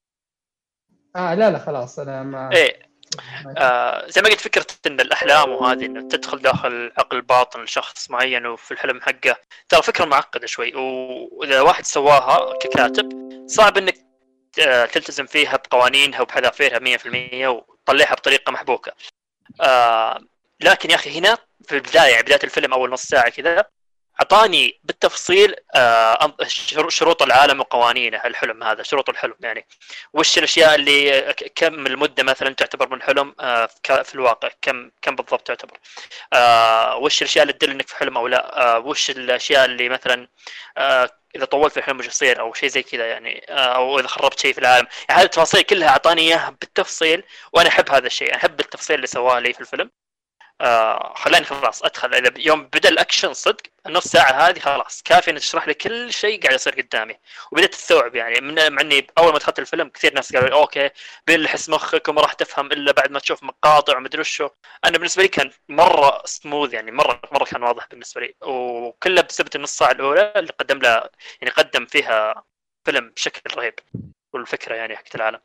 لا خلاص انا ما
زي ما قلت فكرة ان الاحلام وهذه ان تدخل داخل عقل باطن لشخص معين وفي الحلم حقه ترى فكرة معقدة شوي، واذا واحد سواها ككاتب صعب انك تلتزم فيها بقوانينها وبحذافيرها 100% وتطلعها بطريقة محبوكة. لكن يا اخي هنا في البداية بداية الفيلم اول نص ساعة كذا اعطاني بالتفصيل شروط العالم وقوانينه، الحلم هذا شروط الحلم يعني وش الاشياء اللي كم المده مثلا تعتبر من حلم في الواقع، كم بالضبط تعتبر، وش الاشياء اللي تدل انك في حلم او لا، وش الاشياء اللي مثلا اذا طولت في الحلم وش يصير او شيء زي كذا يعني، او اذا خربت شيء في العالم. يعني هذه التفاصيل كلها اعطاني اياها بالتفصيل وانا احب هذا الشيء، احب التفصيل اللي سواه لي في الفيلم. خلاني خلاص ادخل اذا يوم بدا الاكشن صدق النص ساعه هذه خلاص كافي انك تشرح لي كل شيء قاعد يصير قدامي، وبدأت استوعب يعني مع اني اول ما دخلت الفيلم كثير ناس قالوا اوكي بيلحس مخك وما راح تفهم الا بعد ما تشوف مقاطع ومدري وشو. انا بالنسبه لي كان مره سموث يعني مره كان واضح بالنسبه لي، وكله بسبب النص ساعه الاولى اللي قدم له يعني قدم فيها فيلم بشكل رهيب والفكره يعني حقت العالم.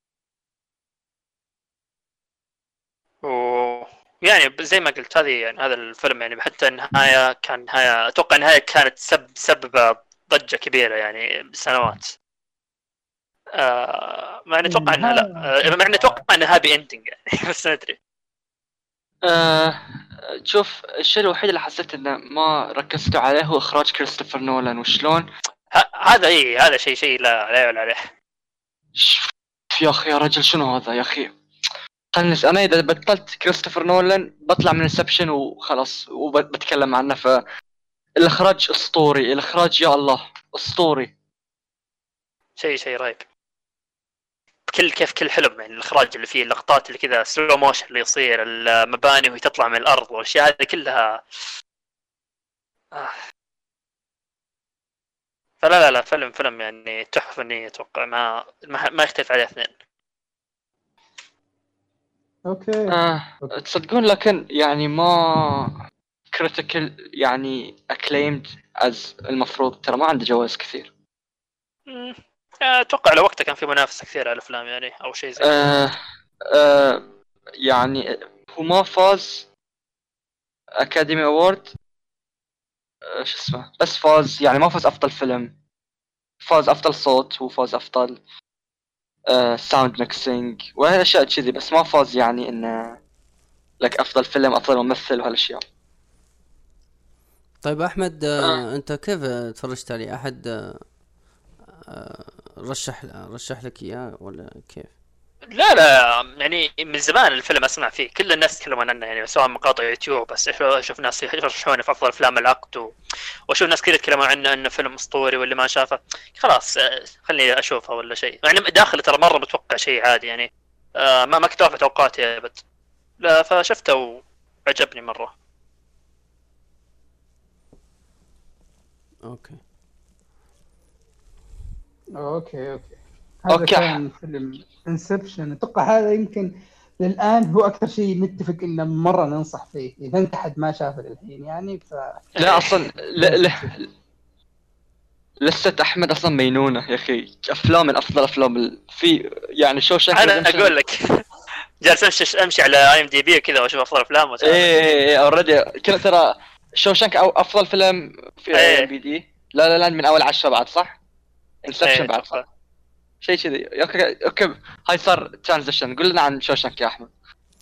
يعني زي ما قلت هذه يعني هذا الفيلم يعني حتى النهاية كان نهاية أتوقع النهاية كانت سبب ضجة كبيرة يعني بسنوات ما نتوقع انه لا ما نتوقع انه هابي اندنج يعني بس ما ادري.
شوف الشيء الوحيد اللي حسيت انه ما ركزتوا عليه هو اخراج كريستوفر نولان وشلون
هذا هذا شيء لا يعلى عليه.
يا اخي يا رجل شنو هذا يا اخي. انا اذا بطلت كريستوفر نولان بطلع من انسبشن وخلاص وبتكلم عنه. فالاخراج اسطوري، الاخراج يا الله اسطوري،
شيء رهيب. كل حلم يعني الاخراج اللي فيه اللقطات اللي كذا سلو موشن اللي يصير المباني وهي تطلع من الارض والاشياء هذه كلها فلا لا فيلم يعني تحفه فنيه اتوقع ما يختلف عليه اثنين.
اوكي.
تصدقون لكن يعني ما كريتيكال يعني اكليمد از المفروض، ترى ما عنده جوائز كثير.
اتوقع لو وقتها كان في منافسه كثير على الافلام يعني او شيء زي
يعني هو ما فاز اكاديمي اوورد شو اسمه، بس فاز يعني ما فاز افضل فيلم، فاز افضل صوت وفاز افضل ساوند ميكسينج واشياء كذي، بس ما فاز يعني انه لك افضل فيلم افضل ممثل وهالاشياء.
طيب احمد انت كيف تفرجت عليه؟ احد رشح لك اياه ولا كيف؟
لا يعني من زمان الفيلم اسمع فيه كل الناس يتكلمون عنه يعني سواء مقاطع يوتيوب، بس اشوف ناس يرشحونه في افضل افلام العقد واشوف ناس كثير يتكلمون عنه انه فيلم اسطوري واللي ما شافه خلاص خليني اشوفه ولا شيء. يعني داخل ترى مره متوقع شيء عادي يعني ما كنت في توقعاتي ابد، لا فشفته وعجبني مره.
اوكي
هذا كان فيلم انسبشن. اتوقع هذا يمكن للان هو اكثر شيء نتفق انه مره ننصح فيه اذا انت حد ما شافه للحين يعني.
لا اصلا لسه احمد اصلا مينونه يا اخي، افلام من افضل افلام في يعني شوشانك.
انا اقول لك جالس امشي على IMDb وكذا واشوف افضل افلام
ايه اوريدي كذا ترى شوشانك او افضل فيلم في IMDb. لا من اول 10 بعد صح؟ انسبشن بعد صح؟ شيء كذي. اوكي هاي صار ترانزيشن. قول لنا عن شوشانك يا احمد.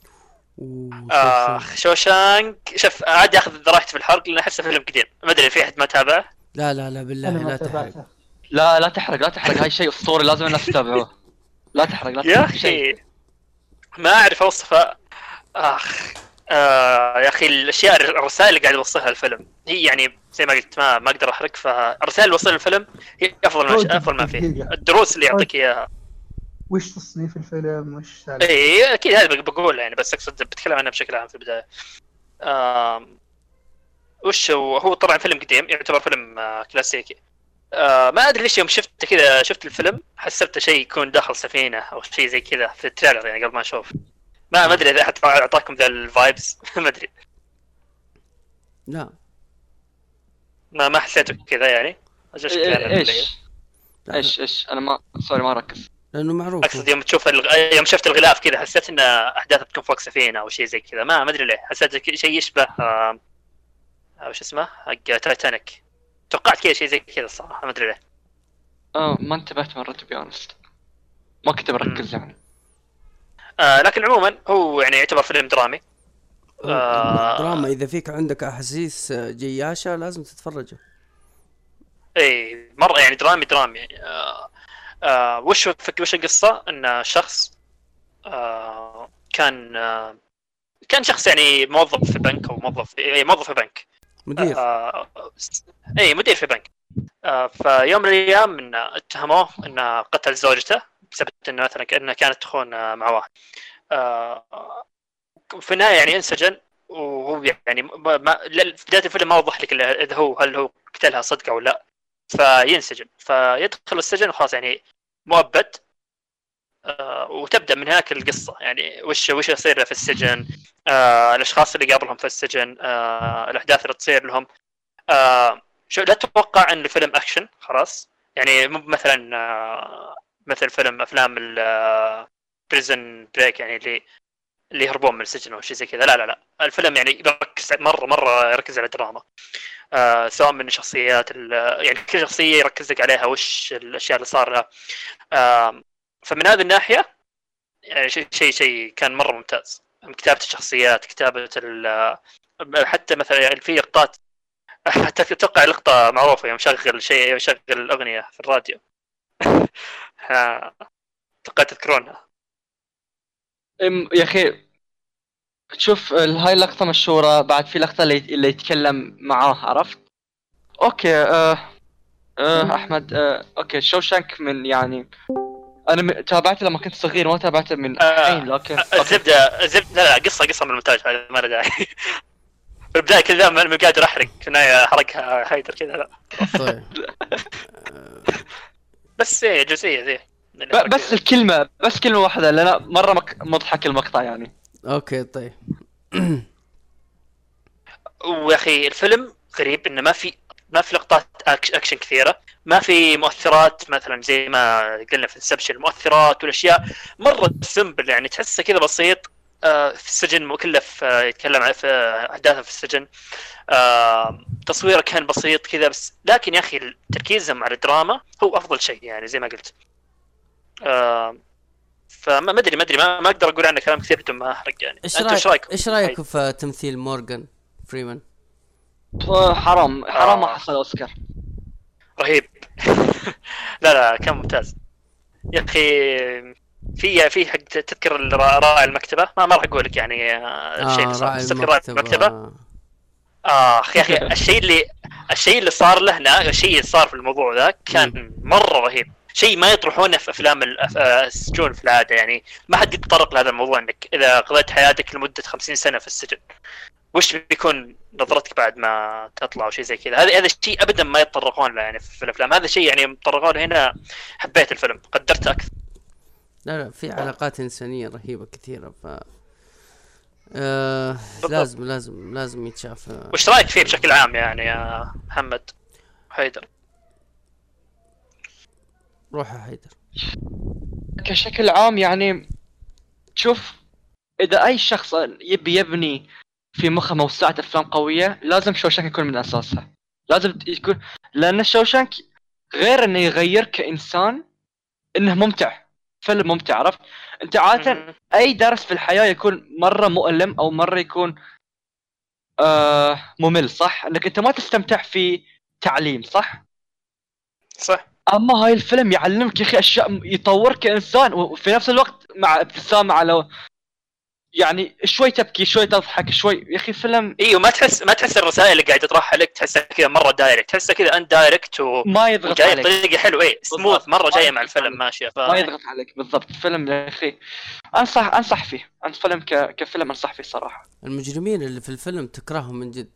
شوشانك شوف عادي اخذ راحتي في الحرق لان احسه فيلم قديم، ما ادري في احد ما تابعه.
لا بالله لا تحرق.
لا تحرق هاي شيء اسطوري لازم الناس تتابعوه. لا تحرق
يا اخي ما اعرف اوصفه. يا اخي الاشياء الرسائل اللي قاعد يوصلها الفيلم هي يعني زي ما قلت ما اقدر احرق. فالرسائل اللي وصلها الفيلم هي افضل ما فيه، الدروس اللي يعطيك اياها.
وش تصنيف الفيلم وش
اي اكيد هذا بقول يعني، بس اقصد بتكلم عنه بشكل عام في البدايه. وش هو طبعا فيلم قديم يعتبر فيلم كلاسيكي. ما ادري ليش يوم شفت الفيلم حسبته شيء يكون داخل سفينه او شيء زي كذا في التريلر يعني قبل ما اشوف. ما ادري اذا حتى اعطاكم ذا الفايبس ما ادري.
لا
ما حسيته كذا يعني.
ايش انا ما سوري ما ركز
لانه معروف.
اقصد يوم شفت الغلاف كذا حسيت ان احداث تكون فوق سفينه او شيء زي كذا. ما ادري ليه حسيت شيء يشبه وش اسمه حق تايتانيك. توقعت كذا شيء زي كذا الصراحه ما ادري ليه.
ما انتبهت مره تبي اونست، ما كنت بركز يعني.
لكن عموما هو يعني يعتبر فيلم درامي.
دراما اذا فيك عندك احاسيس جياشه لازم تتفرجه.
اي مره يعني درامي يعني. وش القصه؟ ان شخص كان شخص يعني موظف في بنك او موظف في بنك
مدير.
مدير في بنك. فيوم من الايام ان اتهموه انه قتل زوجته بسبب انه مثلا كانها كانت تخون مع واحد. في النهايه يعني انسجن، وهو يعني في بدايه الفيلم ما وضح لك اذا هل هو قتلها صدق او لا. فينسجن فيدخل السجن وخلاص يعني مؤبد. وتبدا من هناك القصه يعني وش يصير في السجن، الاشخاص اللي قابلهم في السجن، الاحداث اللي تصير لهم. لا تتوقع ان الفيلم اكشن خلاص يعني مو مثلا مثل افلام البريزن بريك يعني اللي يهربون من السجن او شيء زي كذا. لا الفيلم يعني يركز مره يركز على الدراما. سواء من الشخصيات يعني كل شخصيه يركز لك عليها وش الاشياء اللي صار لها. فمن هذه الناحيه يعني شيء كان مره ممتاز. كتابه الشخصيات، كتابه حتى مثلا في لقطات حتى تتوقع لقطه معروفه يوم يشغل الاغنيه في الراديو. تذكرونها
يا اخي؟ تشوف هاي اللقطه مشهوره، بعد في لقطه اللي يتكلم معاه، عرفت؟ اوكي. احمد. اوكي، شوشانك من يعني انا تابعته لما كنت صغير، ما تابعته من الحين، لكن
الزبده لا قصه من المونتاج، هذا ما له داعي. في البدايه كذا ما قادر احرق، في النهايه حرقها هايدر كذا. لا
طيب.
بس جزئيه ذي
بس الكلمه، بس كلمه واحده، لأن مره مضحك المقطع يعني.
اوكي طيب.
ويا اخي الفيلم غريب انه ما في لقطات اكشن كثيره، ما في مؤثرات مثلا زي ما قلنا في انسبشن، المؤثرات والاشياء مره سمبل يعني، تحسه كذا بسيط. في السجن مكلف يتكلم عن احداثه في السجن. تصويره كان بسيط كذا بس، لكن يا اخي تركيزهم على الدراما هو افضل شيء يعني زي ما قلت. فما ادري ما اقدر اقول عنه كلام كثير بدون ما احرق يعني.
ايش رايك في تمثيل مورغان فريمان؟
حرام ما حصل اوسكار.
رهيب. لا كان ممتاز يا اخي. في حق تذكر راعي المكتبه، ما راح اقول لك يعني الشيء اللي صار. تذكر راعي المكتبه؟ يا اخي الشيء اللي صار له هنا، الشيء اللي صار في الموضوع ذا كان مره رهيب. شيء ما يطرحونه في افلام السجون في العاده يعني. ما حد يتطرق لهذا الموضوع، انك اذا قضيت حياتك لمده 50 سنه في السجن وش بيكون نظرتك بعد ما تطلع او شيء زي كذا. هذا الشيء ابدا ما يتطرقون له يعني في الافلام. هذا الشيء يعني متطرقون له هنا. حبيت الفيلم، قدرته اكثر.
لا في علاقات انسانيه رهيبه كثيره. ف لازم يتشاف.
وش رايك فيه بشكل عام يعني يا محمد حيدر؟
روح يا حيدر.
كشكل عام يعني، شوف، اذا اي شخص يبني في مخه موسوعة افلام قويه، لازم شوشانك يكون من اساسها. لازم يكون، لان شوشانك غير انه يغير كانسان، انه ممتع، فيلم ممتع. عرفت انت؟ عاده اي درس في الحياه يكون مره مؤلم او مره يكون ممل، صح؟ انك انت ما تستمتع في تعليم، صح؟ اما هاي الفيلم يعلمك يا اخي اشياء، يطورك كانسان، وفي نفس الوقت مع ابتسامه على يعني شوي تبكي شوي تضحك شوي. يا اخي فيلم
ايوه، ما تحس الرسائل اللي قاعد تطرحها لك تحسها كذا مره دايركت، تحسها كذا ان دايركت
ما يضغط عليك
بطريقه حلوه. سموث مره جايه مع الفيلم ماشيه.
ما يضغط عليك بالضبط. فيلم يا اخي انصح فيه. فيلم كفيلم انصح فيه صراحه.
المجرمين اللي في الفيلم تكرههم من جد.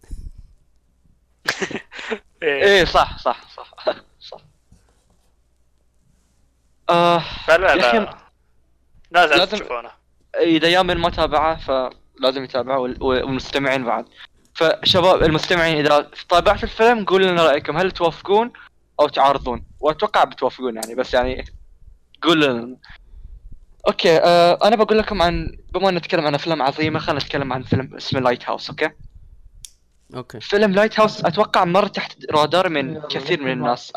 ايه صح
لا لازم تشوفونه.
اذا يامن ما تابعه فلازم يتابعه، والمستمعين بعد. فشباب المستمعين، اذا تابعتوا الفيلم قولوا لنا رايكم، هل توافقون او تعارضون؟ واتوقع بتوافقون يعني، بس يعني قولوا لنا. اوكي. انا بقول لكم عن، بما ان نتكلم عن افلام عظيمه، خلينا نتكلم عن فيلم اسمه لايت هاوس. اوكي. فيلم لايت هاوس اتوقع مر تحت رادار من كثير من الناس.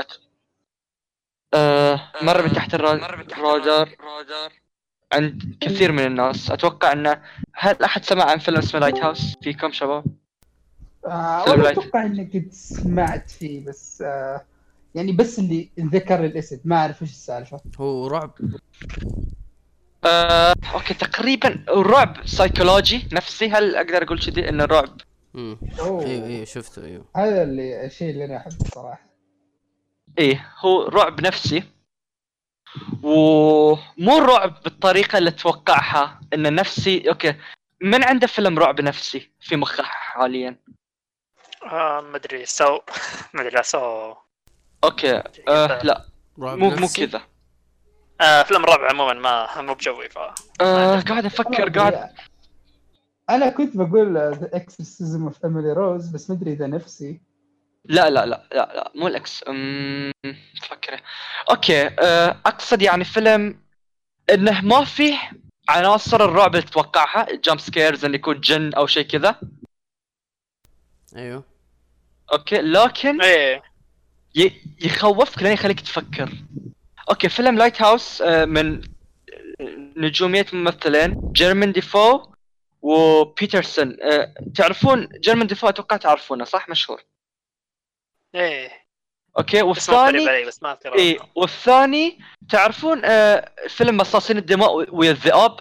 مر من تحت الرادار عند كثير من الناس. اتوقع انه، هل احد سمع عن فيلم اسمه لايت هاوس فيكم شباب؟
اتوقع اني قد سمعت فيه، بس يعني بس اللي ذكر الاسم، ما اعرف ايش السالفه.
هو رعب.
اوكي، تقريبا رعب سايكولوجي نفسي. هل اقدر اقول كذي انه رعب؟
ايوه شفته. ايوه
هذا الشيء اللي انا احبه صراحه.
ايه، هو رعب نفسي، ومو رعب بالطريقه اللي تتوقعها انه نفسي. اوكي، من عنده فيلم رعب نفسي في مخه حاليا؟
ما ادري ما ادري
اوكي. لا مو كذا.
فيلم رعب عموما مو بجوي.
قاعد افكر.
انا كنت بقول The Exorcism of Emily Rose، بس ما ادري اذا نفسي.
لا مو الاكس. فكره. اوكي. اقصد يعني فيلم انه ما فيه عناصر الرعب اللي تتوقعها، جامب سكيرز، انه يكون جن او شيء كذا.
ايوه
اوكي لكن
ايه
يخوفك لين يخليك تفكر. اوكي فيلم لايت هاوس من نجومية ممثلين جيرمين ديفو وبيترسون. تعرفون جيرمين ديفو؟ اتوقع تعرفونه صح، مشهور.
ايه
اوكي
بس ما قريب
والثاني
علي، بس ما اذكر
ايه،
اسمه.
والثاني تعرفون فيلم مصاصين الدماء ويا الذئاب؟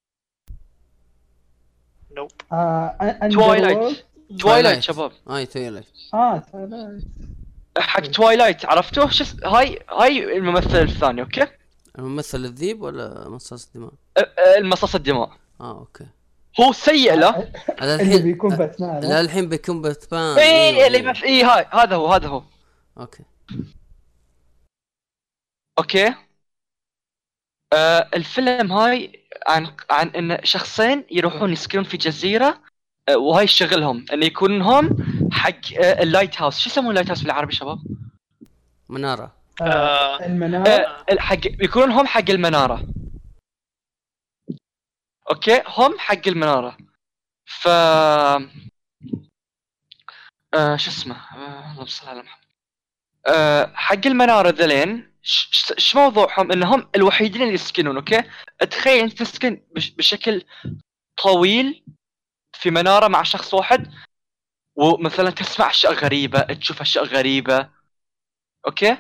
نوب.
توايلايت. توايلايت شباب.
تويلايت.
تويلايت.
حق توايلايت عرفتوه؟ هاي الممثل الثاني. اوكي
الممثل الذيب ولا مصاص الدماء؟
المصاص الدماء.
اوكي.
هو سيء له.
هذا
اللي
الحين
بيكون باتمان.
لا الحين بيكون باتمان.
ايه اللي بس ايه هاي هذا هو.
اوكي.
اوكي الفيلم هاي عن ان شخصين يروحون يسكنون في جزيرة، وهاي شغلهم ان يكون هم حق اللايت هاوس. شو يسمون اللايت هاوس بالعربي شباب؟
منارة.
المنارة.
حق يكونون هم حق المنارة. اوكي هم حق المنارة. ف شو اسمه اللهم صل على محمد. حق المنارة ذلين ايش موضوعهم؟ انهم الوحيدين اللي يسكنون. اوكي تخيل انت تسكن بشكل طويل في منارة مع شخص واحد، ومثلا تسمع اشياء غريبة، تشوف اشياء غريبة. اوكي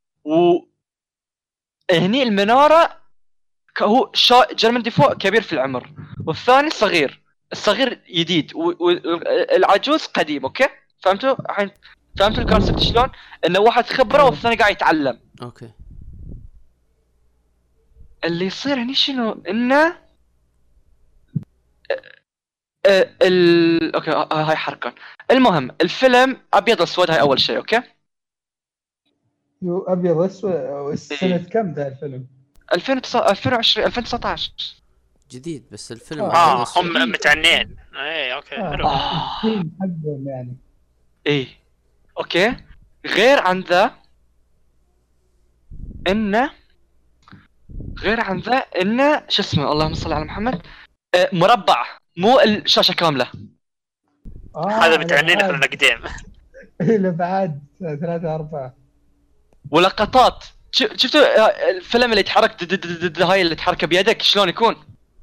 هني المنارة هو جيرمين ديفو كبير في العمر، والثاني صغير. الصغير جديد والعجوز قديم. اوكي فهمتوا الحين؟ فهمتوا الكونسبت شلون؟ انه واحد خبره والثاني قاعد يتعلم.
اوكي.
اللي يصير هني شنو؟ انه اوكي هاي حركه. المهم الفيلم ابيض اسود، هاي اول شيء. اوكي
ابيض اسود. سنة كم ذا الفيلم؟
2020 2019
جديد. بس الفيلم
هم متعنين. ايه اوكي حلو.
الثيم حقهم يعني.
ايه اوكي. غير عن ذا انه شو اسمه، اللهم صل على محمد، مربع مو الشاشه كامله.
هذا متعنين احنا قديم.
الابعاد 3-4
ولقطات. شفتوا الفيلم اللي يتحرك هاي اللي تحركه بيدك شلون يكون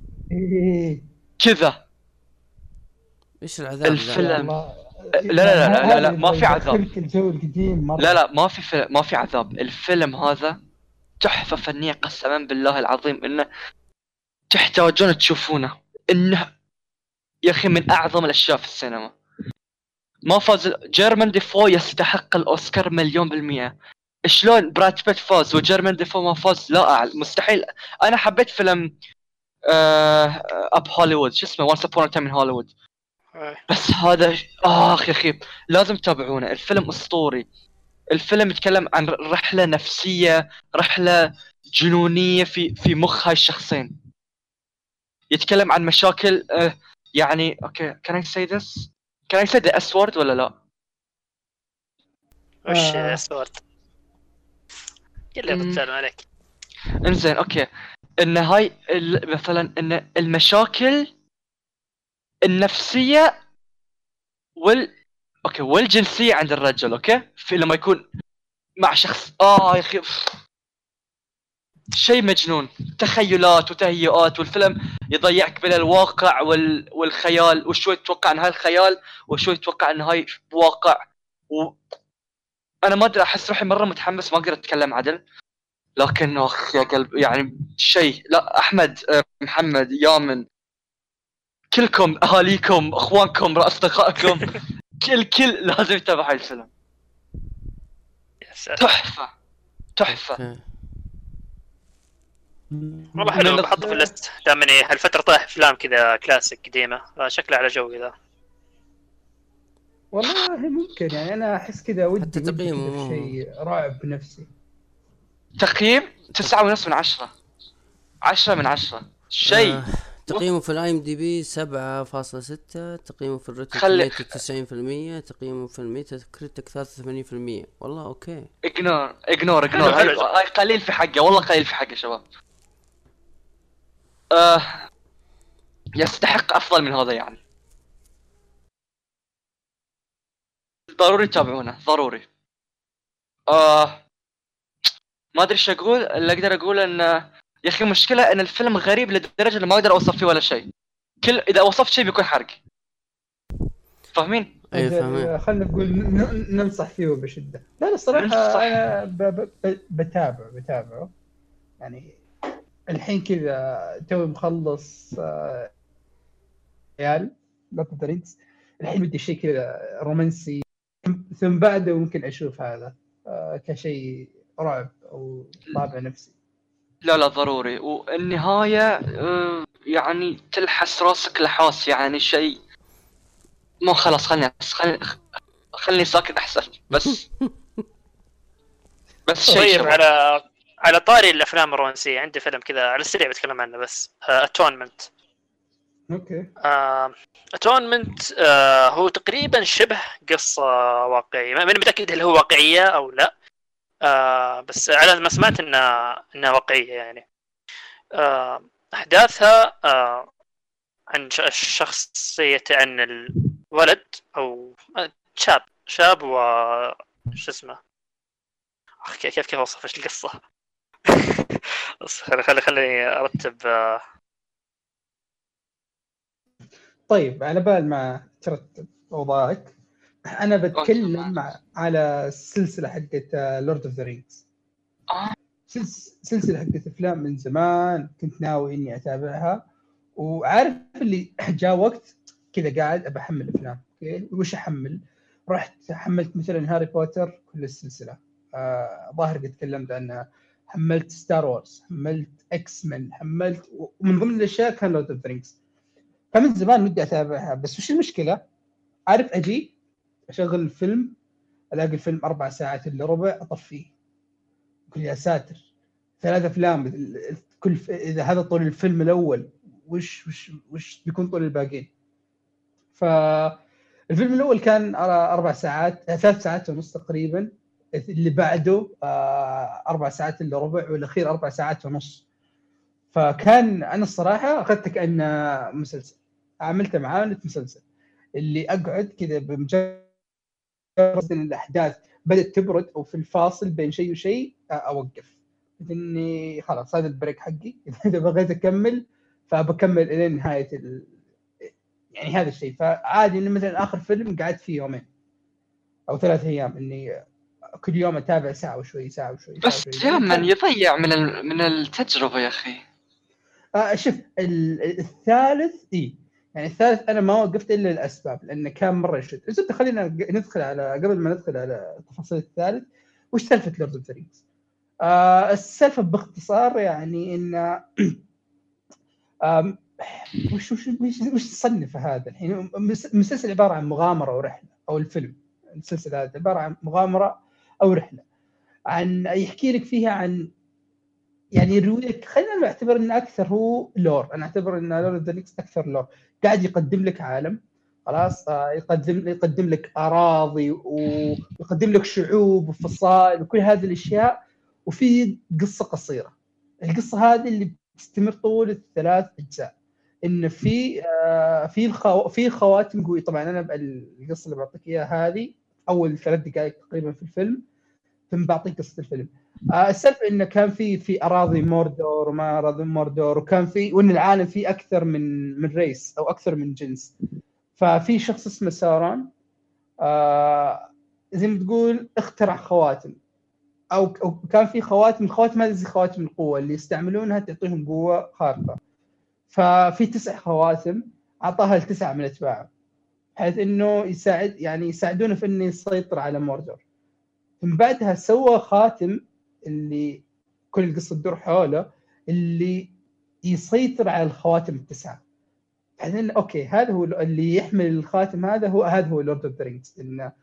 كذا؟
ايش العذاب
الفيلم؟ لا ما في عذاب.
الجو القديم مرة.
لا ما في عذاب. الفيلم هذا تحفة فنية قسما بالله العظيم، انه تحتاجون تشوفونه. انه يا اخي من اعظم الاشياء في السينما. ما فاز جيرمين ديفو يستحق الاوسكار 1,000,000%. شلون براد بيت فاز وجيرمين ديفو ما فاز؟ لا أعلم، مستحيل. انا حبيت فيلم اب هوليوود، شو اسمه، وانس ابون تايم ان هوليوود. بس هذا يا اخي لازم تتابعونه. الفيلم اسطوري. الفيلم يتكلم عن رحلة نفسية، رحلة جنونية في مخ هاي الشخصين. يتكلم عن مشاكل يعني اوكي can I say this؟ can I say the S word ولا لا؟
وش اسورد؟ يلا بتسلم عليك.
انزين اوكي. ان هاي مثلا ان المشاكل النفسية اوكي والجنسية عند الرجل. اوكي في لما يكون مع شخص يا اخي شيء مجنون، تخيلات وتهيئات، والفيلم يضيعك بين الواقع والخيال، وشوي تتوقع ان هاي الخيال وشوي تتوقع ان هاي واقع. انا ما ادري، احس روحي مره متحمس، ما اقدر اتكلم عدل. لكن اخ يا قلب يعني شيء. لا احمد محمد يامن كلكم اهاليكم اخوانكم اصدقائكم كل لازم يتابع هاي الفيلم. تحفه.
والله حلو، بحطه في الليست. دامني هالفترة طايح افلام كذا كلاسيك قديمة، شكله على جو كذا.
والله ممكن يعني انا احس كذا ودي
تقييمه
شيء رعب نفسي.
تقييم 9.5 من 10. 10 من 10 شيء.
تقييمه في الاي ام دي بي 7.6. تقييمه في الروتن 90%. تقييمه في الميتا كريتيك 83%. والله اوكي.
اجنور هاي قليل في حقه، والله قليل في حقه شباب. يستحق افضل من هذا يعني. ضروري تتابعونه ضروري. ما ادري ايش اقول. اللي اقدر اقول ان يا اخي مشكله ان الفيلم غريب لدرجه اللي ما اقدر اوصف فيه ولا شيء. اذا وصفت شيء بيكون حرق. فاهمين؟
اي فاهمين.
خلينا نقول ننصح فيه بشده. لا الصراحه
ننصح.
انا بتابعه يعني. الحين كذا توي مخلص عيال لوت اوف ذا رينجز. الحين بدي شيء كذا رومانسي، ثم بعده ممكن اشوف هذا كشيء رعب او طابع نفسي.
لا ضروري. والنهايه يعني تلحس راسك لحاس يعني شيء. ما خلاص خلني ساكت احسن. بس شيء
طيب
شباب.
على طاري الافلام الرومانسيه عندي فيلم كذا على السريع بتكلم عنه بس. اتونمنت.
اوكي.
اتونمنت هو تقريبا شبه قصه واقعيه، ماني متاكد هل هو واقعيه او لا. بس على ما سمعت انها واقعيه يعني. احداثها عن الشخصيه، عن الولد او شاب و شو اسمه، كيف اوصف ايش القصه. بس خليني ارتب.
طيب على بال ما ترتب اوضاعك، انا بتكلم على السلسله حقت لورد اوف ذا رينجز. سلسله حقت افلام من زمان كنت ناوي اني اتابعها، وعارف اللي جاء وقت كذا قاعد ابى احمل افلام. اوكي وش احمل؟ رحت حملت مثلا هاري بوتر كل السلسله، ظاهر قد تكلمت عنها. حملت ستار وورز، حملت اكس من، حملت، ومن ضمن الاشياء كان لورد اوف ذا رينجز. فمن زمان ودي اتابعها، بس وش المشكله؟ عارف اجي اشغل الفيلم الاقي الفيلم 4 ساعات الا ربع، اطفيه اقول يا ساتر 3 أفلام كل اذا هذا طول الفيلم الاول وش بيكون طول الباقيين؟ فالفيلم الاول كان 4 ساعات 3 ساعات ونص تقريبا، اللي بعده 4 ساعات الا ربع، والاخير 4 ساعات ونص. فكان انا الصراحه اخذته كانه مسلسل، عملته معاه مسلسل اللي اقعد كذا بمجرد ان الاحداث بدات تبرد او في الفاصل بين شيء وشيء اوقف، اني خلاص هذا البريك حقي. اذا بغيت اكمل فبكمل الى نهايه يعني هذا الشيء. فعادي انه مثلا اخر فيلم قعدت فيه يومين او 3 ايام، اني كل يوم اتابع ساعه وشوي ساعه وشوي.
بس دائما يضيع من التجربه يا اخي.
شوف الثالث يعني الثالث انا ما وقفت الا الاسباب لانه كان مره يشد. زبده خلينا ندخل على قبل ما ندخل على تفاصيل الثالث. وش سالفه لورد اوف ذا رينجز؟ السالفه باختصار يعني ان وش تصنف هذا الحين؟ المسلسل عباره عن مغامره ورحله، او الفيلم السلسله هذا عباره عن مغامره او رحله، عن يحكي لك فيها عن يعني يرويك. خلينا نعتبر انه اكثر هو لور، انا اعتبر ان لورد اوف ذا رينجز اكثر لور. قاعد يقدم لك عالم خلاص، يقدم لك اراضي ويقدم لك شعوب وفصائل وكل هذه الاشياء، وفي قصه قصيره. القصه هذه اللي بتستمر طول الثلاث اجزاء، ان في خواتم قوي. طبعا انا القصه اللي بعطيك اياها هذه اول 3 دقائق تقريبا في الفيلم، ثم بعطيك قصه الفيلم. السالفه انه كان في اراضي موردور وما اراضي موردور، وكان في وان العالم فيه اكثر من ريس او اكثر من جنس. ففي شخص اسمه ساران زي ما تقول اخترع خواتم، او كان في خواتم هذه زي خواتم القوه اللي يستعملونها تعطيهم قوه خارقه. ففي 9 خواتم اعطاها ل9 من اتباعه، بحيث انه يساعدونه في انه يسيطر على موردور. من بعدها سوى خاتم اللي كل القصة تدور حوله، اللي يسيطر على الخواتم ال9. بعدين اوكي هذا هو اللي يحمل الخاتم، هذا هو لورد اوف ذا رينجز، انه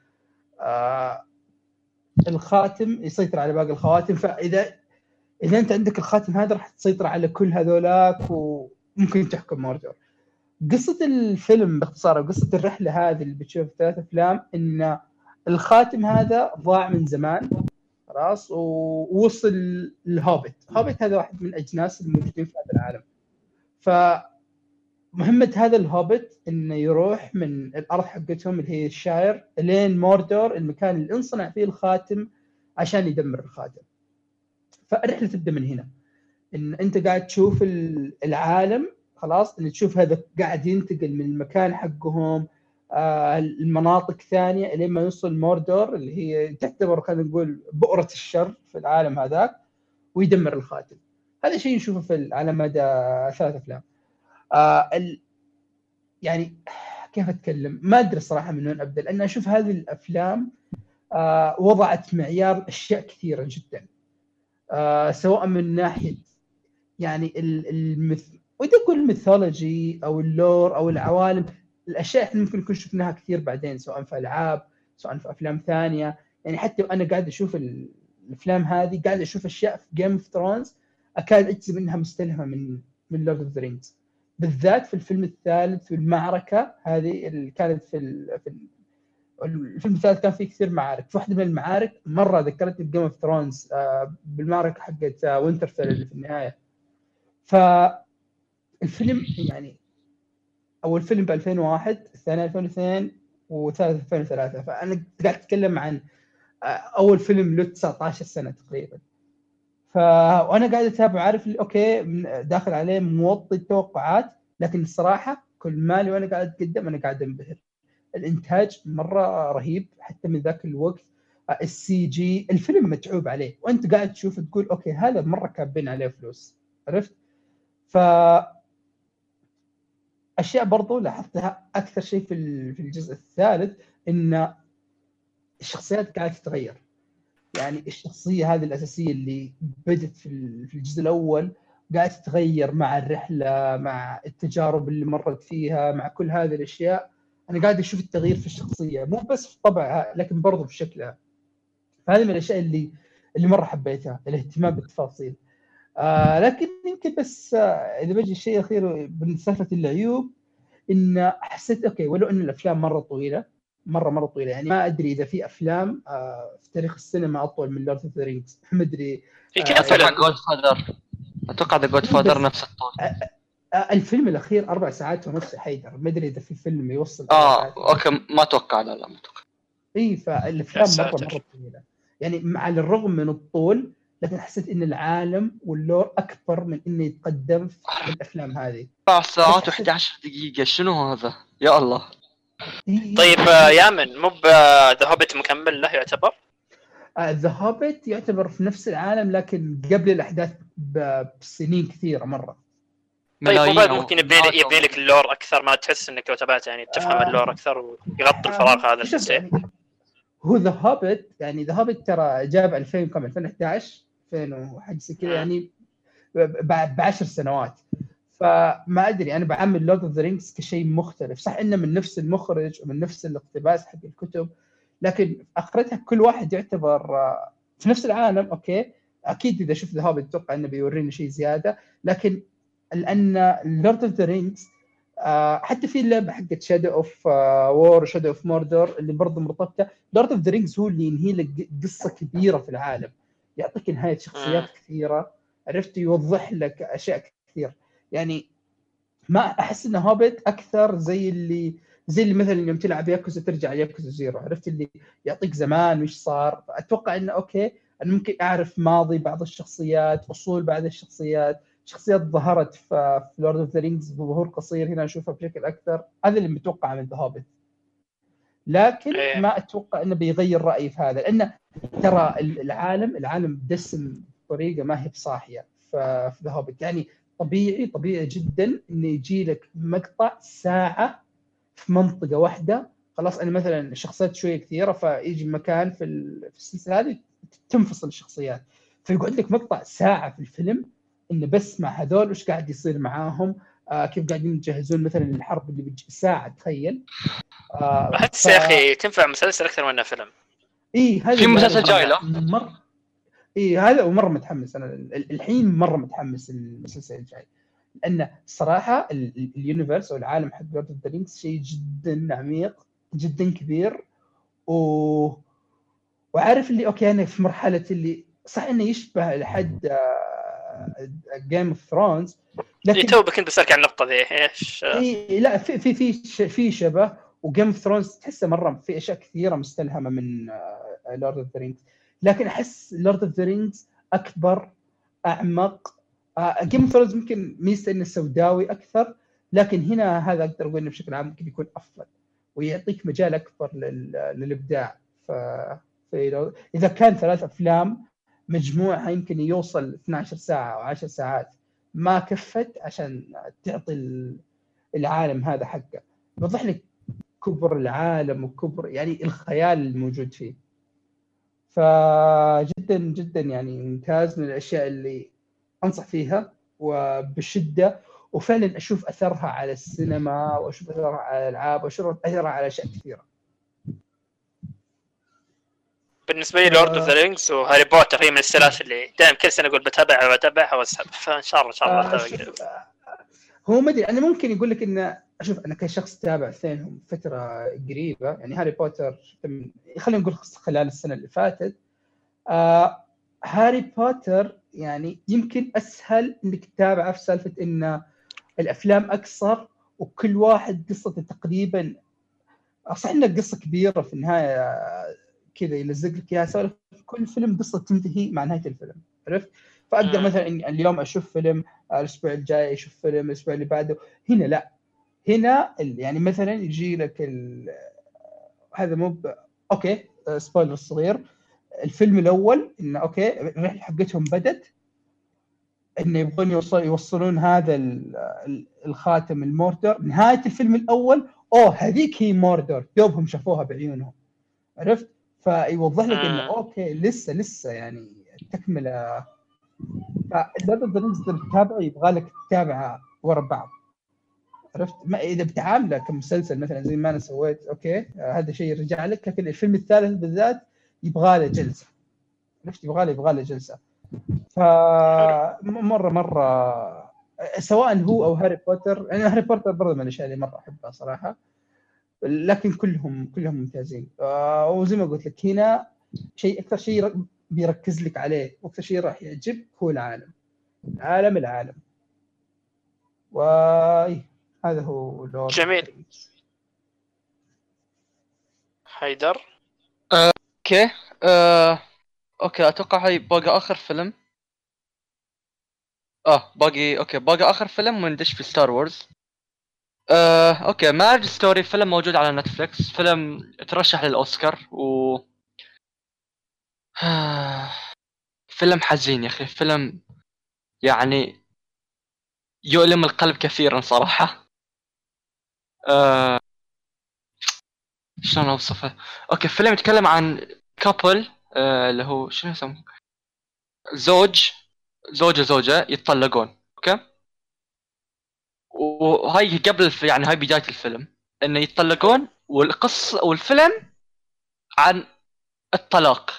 الخاتم يسيطر على باقي الخواتم. فاذا انت عندك الخاتم هذا راح تسيطر على كل هذولاك وممكن تحكم موردور. قصة الفيلم باختصار، قصة الرحلة هذه اللي بتشوف 3 أفلام، إن الخاتم هذا ضاع من زمان خلاص، ووصل الهوبت. هذا واحد من الأجناس الموجودين في هذا العالم. مهمة هذا الهوبت انه يروح من الارض حقتهم اللي هي الشاير لين موردور، المكان اللي انصنع فيه الخاتم عشان يدمر الخاتم. فالرحلة تبدأ من هنا، ان انت قاعد تشوف العالم خلاص، ان تشوف هذا قاعد ينتقل من المكان حقهم المناطق ثانية لين ما يوصل موردور اللي هي تعتبر خلينا نقول بؤرة الشر في العالم هذاك، ويدمر الخاتم. هذا شيء نشوفه على مدى 3 أفلام. يعني كيف أتكلم، ما أدري صراحة من وين أبدأ، لأن أشوف هذه الأفلام وضعت معيار أشياء كثيرة جدا، سواء من ناحية يعني ودي أقول الميثولوجي أو اللور أو العوالم، الأشياء احنا ممكن نكون شفناها كثير بعدين، سواء في ألعاب سواء في أفلام ثانية. يعني حتى وأنا قاعد أشوف الأفلام هذه قاعد أشوف أشياء في جيم اوف ثرونز أكاد أجزم إنها مستلهمة من لورد اوف ذا رينجز، بالذات في الفيلم الثالث في المعركة هذه اللي كانت في الفيلم الثالث كان فيه كثير معارك. في واحدة من المعارك مرة ذكرتني بجيم اوف ثرونز، بالمعركة حقت وينترفيل اللي في النهاية. فالفيلم يعني أول فيلم ب 2001، الثاني 2002، والثالث 2003. فأنا قاعد أتكلم عن أول فيلم له 19 سنة تقريبا. وأنا قاعد أتابع، عارف أوكي داخل عليه موطي التوقعات، لكن الصراحة كل مالي وأنا قاعد أتقدم أنا قاعد أنبهر. الإنتاج مرة رهيب حتى من ذاك الوقت، السي جي الفيلم متعوب عليه، وأنت قاعد تشوف تقول أوكي هذا مرة كابين عليه فلوس، عرفت؟ أشياء برضو لاحظتها أكثر شيء في الجزء الثالث، إن الشخصيات قاعدة تتغير. يعني الشخصية هذه الأساسية اللي بدت في الجزء الأول قاعدة تتغير مع الرحلة، مع التجارب اللي مرت فيها، مع كل هذه الأشياء. أنا قاعد أشوف التغيير في الشخصية، مو بس في طبعها لكن برضو في شكلها. فهذه من الأشياء اللي مرة حبيتها، الاهتمام بالتفاصيل. لكن يمكن بس إذا بجي الشيء الأخير بالنسبة للعيوب، إن حسيت أوكي ولو إن الأفلام مرة طويلة، مرة طويلة. يعني ما أدري إذا في أفلام في تاريخ السينما أطول من لورد اوف ذا رينجز، ما أدري.
اتوقع جود فادر، اتوقع ذا جود فادر نفس الطول.
الفيلم الأخير 4 ساعات ونص حيدر، ما أدري إذا في فيلم يوصل 4 ساعات.
أوكي ما أتوقع، لا ما أتوقع.
إيه فالأفلام مرة طويلة، يعني على الرغم من الطول، لكن حسيت إن العالم واللور أكبر من إنه يتقدم في الأفلام هذه.
4 ساعات و11 دقيقة، شنو هذا يا الله؟
طيب يامن، مو ذا هوبيت مكمل له يعتبر؟
ذا هوبيت يعتبر في نفس العالم لكن قبل الأحداث بسنين كثيرة مرة.
طيب ممكن يبني لك اللور أكثر، ما تحس إنك لو تابعت يعني تفهم اللور أكثر ويغطي الفراغ هذا
يعني هو ذا هوبيت، يعني ذا هوبيت ترى جاب 2011 وحاجة كذا، يعني ب10 سنوات. فما أدري، أنا بعمل لورد اوف ذا رينجز كشيء مختلف، صح إنه من نفس المخرج ومن نفس الاقتباس حق الكتب، لكن آخرتها كل واحد يعتبر في نفس العالم. أوكي أكيد إذا شفت ذا هوبيت أتوقع إنه بيورينا شيء زيادة، لكن لأن لورد اوف ذا رينجز حتى في اللعبة حقت شادو اوف وور وشادو اوف موردور اللي برضه مرتبطة، لورد اوف ذا رينجز هو اللي ينهي لك قصة كبيرة في العالم، يعطيك نهاية شخصيات كثيرة، عرفت، يوضح لك أشياء كثير. يعني ما أحس إن هوبيت أكثر زي مثلا يوم تلعب ياكوزا ترجع ياكوزا زيرو، عرفت، اللي يعطيك زمان وش صار. أتوقع إنه أوكي أنا ممكن أعرف ماضي بعض الشخصيات، أصول بعض الشخصيات، شخصيات ظهرت في لورد اوف ذا رينجز بظهور قصير، هنا نشوفها بشكل أكثر. هذا اللي متوقع من ذا هوبيت، لكن ما أتوقع إنه بيغير رأيي في هذا، لأن ترى العالم دسم بطريقة ما هي بصاحية في ذا هوبيت. يعني طبيعي جدا إنه يجي لك مقطع ساعة في منطقة واحدة، خلاص أنا مثلا الشخصيات شوية كثيرة، فيجي مكان في السلسلة هذه تنفصل الشخصيات، فيقعد لك مقطع ساعة في الفيلم إنه بس مع هذول وش قاعد يصير معاهم، كيف قاعدين يجهزون مثلا الحرب اللي ساعة، تخيل.
أحس يا أخي تنفع مسلسل أكثر منها فيلم.
هذا
في مسلسل جاي له
مرة. هذا ومرة متحمس أنا الحين، مرة متحمس المسلسل الجاي، لأن الصراحة اليونيفرس والعالم حق لورد اوف ذا رينجز شيء جدا عميق جدا كبير، وعارف اللي أوكي أنا في مرحلة اللي صح إنه يشبه لحد جيم اوف ثرونز، لكن
تو كنت بسألك عن النقطة ذي ايش
لا في شبه. وجيم اوف ثرونز تحسه مره في اشياء كثيره مستلهمه من لورد اوف ذا رينجز، لكن احس لورد اوف ذا رينجز اكبر اعمق. جيم اوف ثرونز ممكن ميزته انه سوداوي اكثر، لكن هنا هذا اقدر اقول انه بشكل عام ممكن يكون افضل ويعطيك مجال اكبر للابداع. اذا كان 3 أفلام مجموعها يمكن يوصل 12 ساعه او 10 ساعات ما كفت عشان تعطي العالم هذا حقه، يوضح لك كبر العالم وكبر يعني الخيال الموجود فيه. فجدا جدا يعني ممتاز، من الاشياء اللي انصح فيها وبشده، وفعلا اشوف اثرها على السينما واشوف اثرها على الالعاب واشوف اثرها على اشياء كثيره.
بالنسبة لي لورد اوف ذا رينجز وهاري بوتر هي من السلاسل اللي دائما كل سنة اقول بتابعها واسحب، فان شاء الله اتابع.
هو ما ادري، انا ممكن يقول لك ان اشوف انا كشخص تابع اثنينهم فتره قريبه، يعني هاري بوتر خلينا نقول خلال السنه اللي فاتت. هاري بوتر يعني يمكن اسهل انك تتابعه في سالفه ان الافلام اقصر وكل واحد قصته تقريبا، صح انها قصه كبيره في النهايه كذا يلزق لك اياها، سالفه كل فيلم قصه تنتهي مع نهايه الفيلم، عرفت؟ فاقدر مثلا اليوم اشوف فيلم، الاسبوع الجاي اشوف فيلم، الاسبوع اللي بعده. هنا لا، هنا يعني مثلا يجي لك هذا مو اوكي سبويلر صغير، الفيلم الاول انه اوكي الرحله حقتهم بدت انه يبغون يوصلون هذا الخاتم الموردر. نهايه الفيلم الاول هذيك هي موردر، دوبهم شافوها بعيونهم، عرفت؟ فيوضح لك انه اوكي لسه يعني تكمله. فاللعبه تقدر تتابع، يبغى لك تتابعها ورا بعض، عرفت؟ ما اذا بتعامله كمسلسل مثلا زي ما انا سويت اوكي هذا شيء يرجع لك، لكن الفيلم الثالث بالذات يبغى له جلسه، عرفت؟ يبغى له جلسه. مره سواء هو او هاري بوتر. يعني هاري بوتر برضه من الاشياء اللي مره احبها صراحه، لكن كلهم ممتازين. وزي ما قلت لك هنا اكثر شيء بيركز لك عليه واكثر شيء راح يعجبك هو العالم. وهذا هو لورد.
جميل. حيدر
اوكي اوكي اتوقع هاي باقي اخر فيلم. باقي اخر فيلم وندش في ستار وورز. اوكي مارج ستوري، فيلم موجود على نتفليكس، فيلم ترشح للاوسكار و فيلم حزين يا اخي، فيلم يعني يؤلم القلب كثيرا صراحة. شلون اوصفه؟ اوكي فيلم يتكلم عن كابل اللي هو شنو اسمه، زوجة يتطلقون. اوكي وهاي قبل يعني هاي بداية الفيلم انه يتطلقون، والقصة والفيلم عن الطلاق.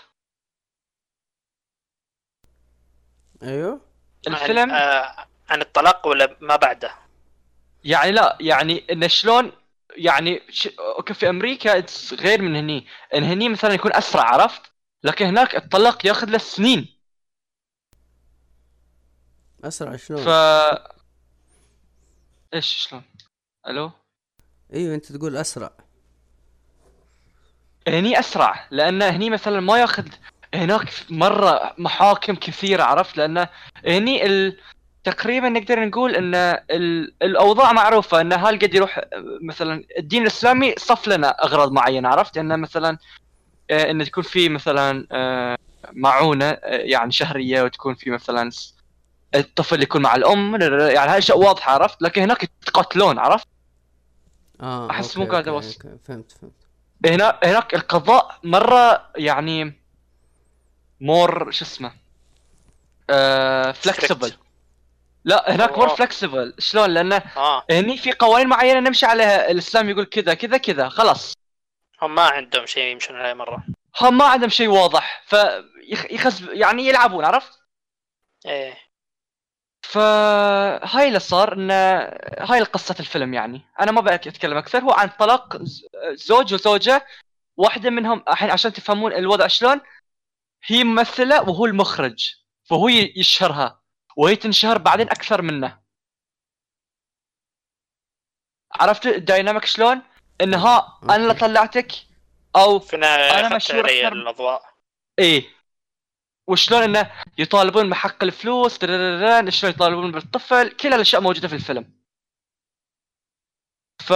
ايوه
الفيلم
عن الطلاق ولا ما بعده؟
يعني لا يعني انه شلون يعني اوكي في امريكا غير من هني، ان هني مثلا يكون اسرع، عرفت؟ لكن هناك الطلاق ياخذ له سنين.
اسرع شلون؟
ايش شلون؟ الو
ايوه انت تقول اسرع.
هني اسرع لان هني مثلا ما ياخذ، هناك مره محاكم كثيره، عرفت؟ لان هني تقريبا نقدر نقول ان الاوضاع معروفه ان قد يروح مثلا الدين الاسلامي صف لنا اغراض معينه، عرفت؟ ان مثلا ان تكون في مثلا معونه يعني شهريه، وتكون في مثلا الطفل يكون مع الام، يعني هاي اشياء واضحه، عرفت؟ لكن هناك يتقاتلون، عرفت؟ احس مو قاعد اوصل.
فهمت.
هناك القضاء مره يعني مور شو اسمه فلكسبل. لا هناك مور فلكسبل. شلون؟ لانه هني في قوانين معينه نمشي عليها، الاسلام يقول كذا كذا كذا خلاص.
هم ما عندهم شيء يمشون عليه مره،
هم ما عندهم شيء واضح، يعني يلعبون، عرفت؟
ايه.
فهاي اللي صار، ان هاي قصه الفيلم. يعني انا ما بقى اتكلم اكثر. هو عن طلاق زوج وزوجه، واحده منهم الحين عشان تفهمون الوضع شلون، هي ممثله وهو المخرج، فهو يشهرها وهي تنشهر بعدين اكثر منه. عرفت الدايناميك شلون انها انا اللي طلعتك او
فينا
انا مشهور
علي
اكثر.
الاضواء.
ايه وشلون انه يطالبون بحق الفلوس شلون يطالبون بالطفل، كل الاشياء موجوده في الفيلم. ف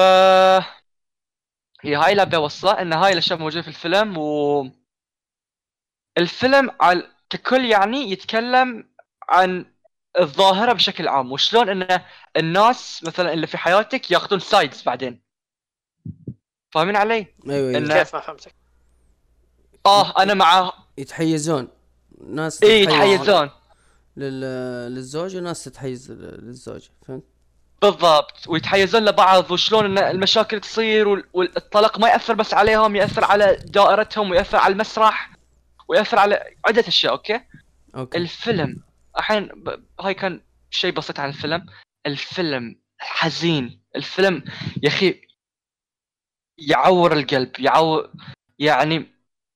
هي هاي اللي ابي اوصله، ان هاي الاشياء موجوده في الفيلم. و الفيلم على ككل يعني يتكلم عن الظاهره بشكل عام، وشلون ان الناس مثلا اللي في حياتك ياخذون سايدز بعدين. فاهمين علي؟
ايوه
إن-
كيف ما فهمتك؟
انا مع
يتحيزون ناس
ايه يتحيزون
للزوج وناس تتحيز للزوج، فهمت؟
بالضبط، ويتحيزون لبعض، وشلون ان المشاكل تصير والطلاق ما ياثر بس عليهم، ياثر على دائرتهم، وياثر على المسرح، وياثر على عده اشياء. اوكي الفيلم الحين هاي كان شيء بسيط عن الفيلم. الفيلم حزين، الفيلم يا اخي يعور القلب، يعور يعني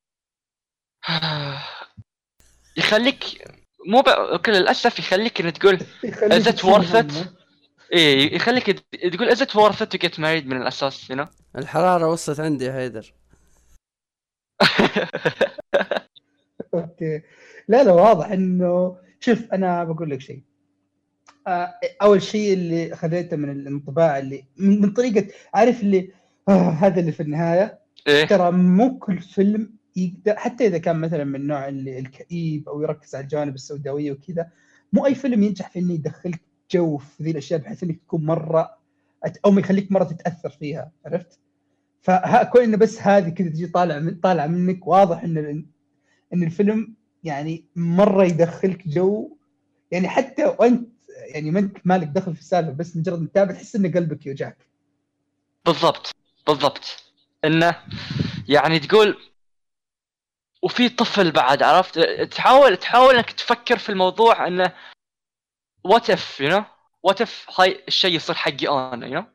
يخليك مو اوكي للاسف يخليك ان تقول is it worth it. ايه يخليك تقول is it worth it to get married من الاساس
الحرارة وصلت عندي يا حيدر.
اوكي لا واضح انه شوف انا بقول لك شيء. اول شيء اللي خذيته من الانطباع اللي من طريقه عارف اللي هذا اللي في النهايه
إيه؟
ترى مو كل فيلم يقدر، حتى اذا كان مثلا من النوع اللي الكئيب او يركز على الجوانب السوداويه وكذا، مو اي فيلم ينجح في انه يدخلك جو في ذي الاشياء بحيث انك تكون مره او ما يخليك مره تتاثر فيها، عرفت؟ فكون انه بس هذه كذا تجي طالع منك، واضح ان الفيلم يعني مره يدخلك جو، يعني حتى وانت يعني ما انت مالك دخل في السالفه، بس مجرد متابع تحس ان قلبك يوجعك.
بالضبط انه يعني تقول وفي طفل بعد، عرفت؟ تحاول انك تفكر في الموضوع انه what if what if هاي الشيء يصير حقي انا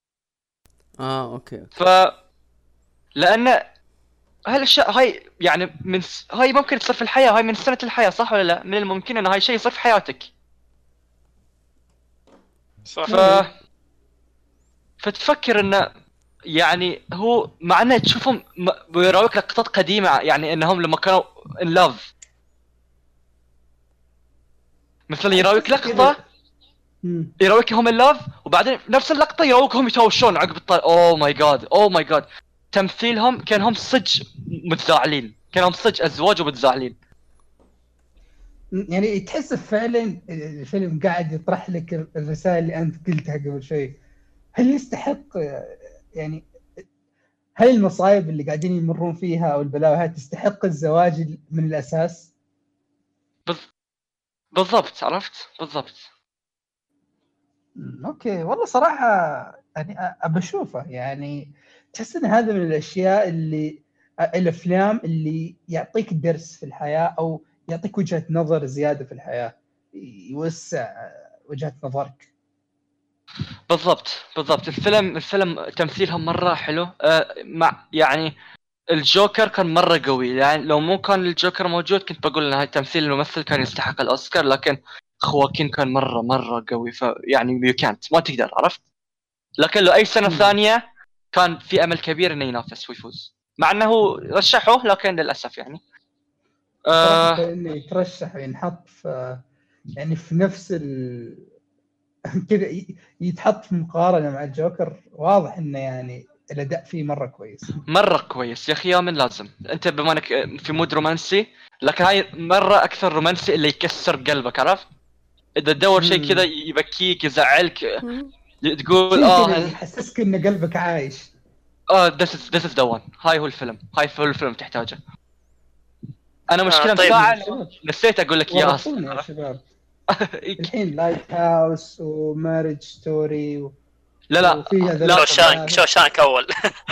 اوكي
لان هالاشياء هاي يعني هاي ممكن تصير في الحياه، هاي من سنه الحياه، صح ولا لا؟ من الممكن ان هاي شيء يصير في حياتك.
صح.
فتفكر انه يعني هو مع انه تشوفهم بيراويك لقطات قديمه، يعني انهم لما كانوا ان لاف مثلا يراويك لقطه يراويك هم ان لاف، وبعدين نفس اللقطه يراويكهم يتهاوشون عقب اوه ماي جاد تمثيلهم كانهم صج متزاعلين، كانهم صج ازواج ومتزاعلين.
يعني تحس فعلا الفيلم قاعد يطرح لك الرسائل اللي انت قلتها قبل شوي. هل يستحق يعني هل المصايب اللي قاعدين يمرون فيها او البلاوي هاي تستحق الزواج من الاساس؟
بالضبط، عرفت؟ بالضبط.
اوكي والله صراحه يعني ابى اشوفه، يعني تحس ان هذا من الاشياء اللي الافلام اللي يعطيك درس في الحياه او يعطيك وجهه نظر زياده في الحياه، يوسع وجهه نظرك.
بالضبط الفيلم تمثيلهم مره حلو. مع يعني الجوكر كان مره قوي، يعني لو مو كان الجوكر موجود كنت بقول ان هاي تمثيل الممثل كان يستحق الاوسكار، لكن خواكين كان مره قوي، فيعني يو كانت ما تقدر، عرفت؟ لكن لو اي سنه ثانيه كان في امل كبير انه ينافس ويفوز، مع انه رشحوه لكن للاسف يعني
انه يترشح وينحط في يعني في نفس كذا يتحط في مقارنه مع الجوكر، واضح انه يعني الاداء فيه مره كويس
يا اخي. يا من لازم انت بما انك في مود رومانسي، لكن هاي مره اكثر رومانسي اللي يكسر قلبك، عرفت؟ اذا تدور شيء كذا يبكيك يزعلك تقول
يحسسك ان قلبك عايش.
this is the one. هاي هو الفيلم تحتاجه. انا مشكلة
طيب.
ساعة نسيت اقول لك يا
شباب الحين لايت هاوس ومارج ستوري
لا
شوشانك اول.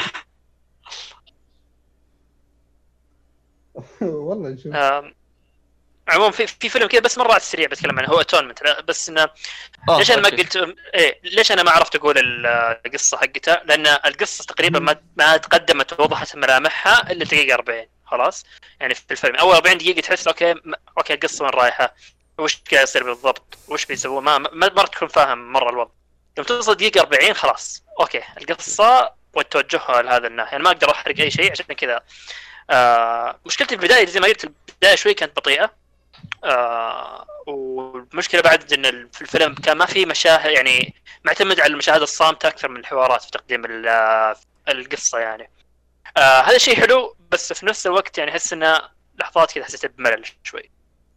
والله نشوف.
عموما في فيلم كذا بس مره على السريع بتكلم عنه، هو اتونمنت. بس انه ليش انا ما قلت ليش انا ما عرفت اقول القصه حقتها؟ لان القصه تقريبا ما تقدمت ووضحت ملامحها الا دقيقه 40 خلاص. يعني في الفيلم اول 40 دقيقه تحس اوكي القصه وين رايحه، وش قاعد يصير بالضبط، وش بيسووا، ما تكون فاهم مره الوضع. لما توصل دقيقه 40 خلاص اوكي القصه وتوجهها لهذا الناحيه، انا ما اقدر احرق اي شيء عشان كذا. مشكلتي في البدايه زي ما قلت، البدايه شوي كانت بطيئه. والمشكله بعد ان في الفيلم كان ما في مشاهد، يعني معتمد على المشاهد الصامته اكثر من الحوارات في تقديم القصه يعني. هذا شيء حلو، بس في نفس الوقت يعني احس انه لحظات كذا حسيت بملل شوي.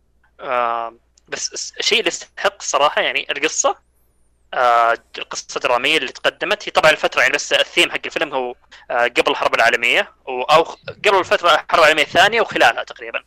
بس الشيء اللي يستحق الصراحه يعني القصه، القصه الدراميه اللي تقدمت. هي طبعا الفتره يعني، بس الثيم حق الفيلم هو قبل الحرب العالميه او قبل الفتره الحرب العالميه الثانيه وخلالها تقريبا.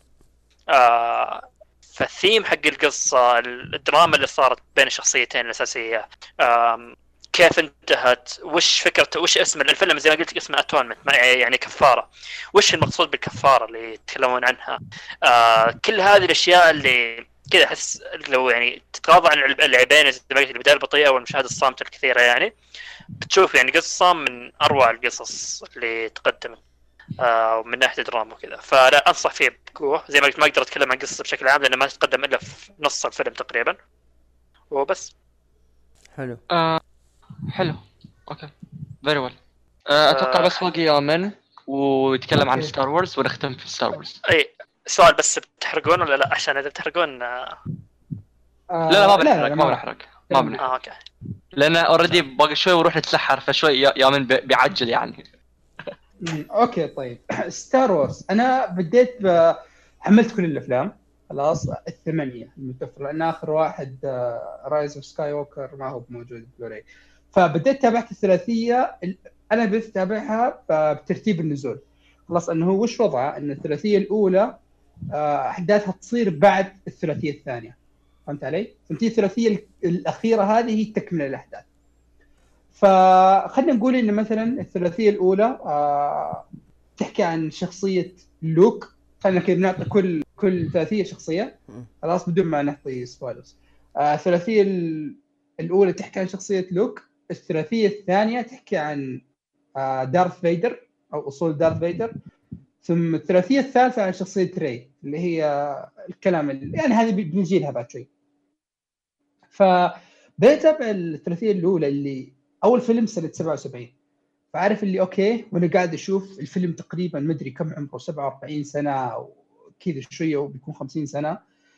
فالثيم حق القصه، الدراما اللي صارت بين الشخصيتين الاساسيه، كيف انتهت، وش فكرته، وش اسم الفيلم زي ما قلت اسمه اتونمنت يعني كفاره، وش المقصود بالكفاره اللي يتكلمون عنها. كل هذه الاشياء اللي كذا احس لو يعني تتغاضى عن العيبين زي ما قلت البدايه البطيئه والمشاهد الصامته الكثيره، يعني بتشوف يعني قصه من اروع القصص اللي تقدمت من ناحيه الدراما وكذا. فلا انصح فيه بقوه. زي ما قلت ما اقدر اتكلم عن قصه بشكل عام لانه ما تتقدم الا في نص الفيلم تقريبا وبس.
حلو.
حلو اوكي فيري ويل. اتوقع بس باقي يومين ويتكلم عن ستار وورز ونختم في ستار وورز.
اي سؤال بس، بتحرقون ولا لا؟ عشان اذا بتحرقون
لا ما بنحرق ما بنحرق.
اوكي
لان اوريدي باقي شوي وروح نتسحر، فشوي يومين بيعجل يعني.
اوكي طيب. ستار وورز انا بديت حملت كل الافلام خلاص، الثمانيه المتوفره، لان اخر واحد رايز اوف سكاي ووكر ما هو موجود بلوراي. فبديت تابعت الثلاثيه. انا بديت اتابعها بترتيب النزول خلاص، انه هو وش وضعه، ان الثلاثيه الاولى احداثها تصير بعد الثلاثيه الثانيه. فهمت علي؟ فهمتي؟ الثلاثيه الاخيره هذه هي تكمله الاحداث. فخلنا نقول ان مثلا الثلاثيه الاولى تحكي عن شخصيه لوك. خلينا كذا نعطي كل ثلاثيه شخصيه خلاص بدون ما نعطي سبويلرز. الثلاثيه الاولى تحكي عن شخصيه لوك، الثلاثيه الثانيه تحكي عن دارث فيدر او اصول دارث فيدر، ثم الثلاثيه الثالثه عن شخصيه ري اللي هي الكلام اللي يعني هذه بنجي لها بعد شوي. فبدأت أتابع الثلاثيه الاولى اللي اول فيلم سنه 77. فعارف اللي اوكي، وانا قاعد اشوف الفيلم تقريبا مدري كم عمره، 47 سنه او كذا شويه وبيكون 50 سنه.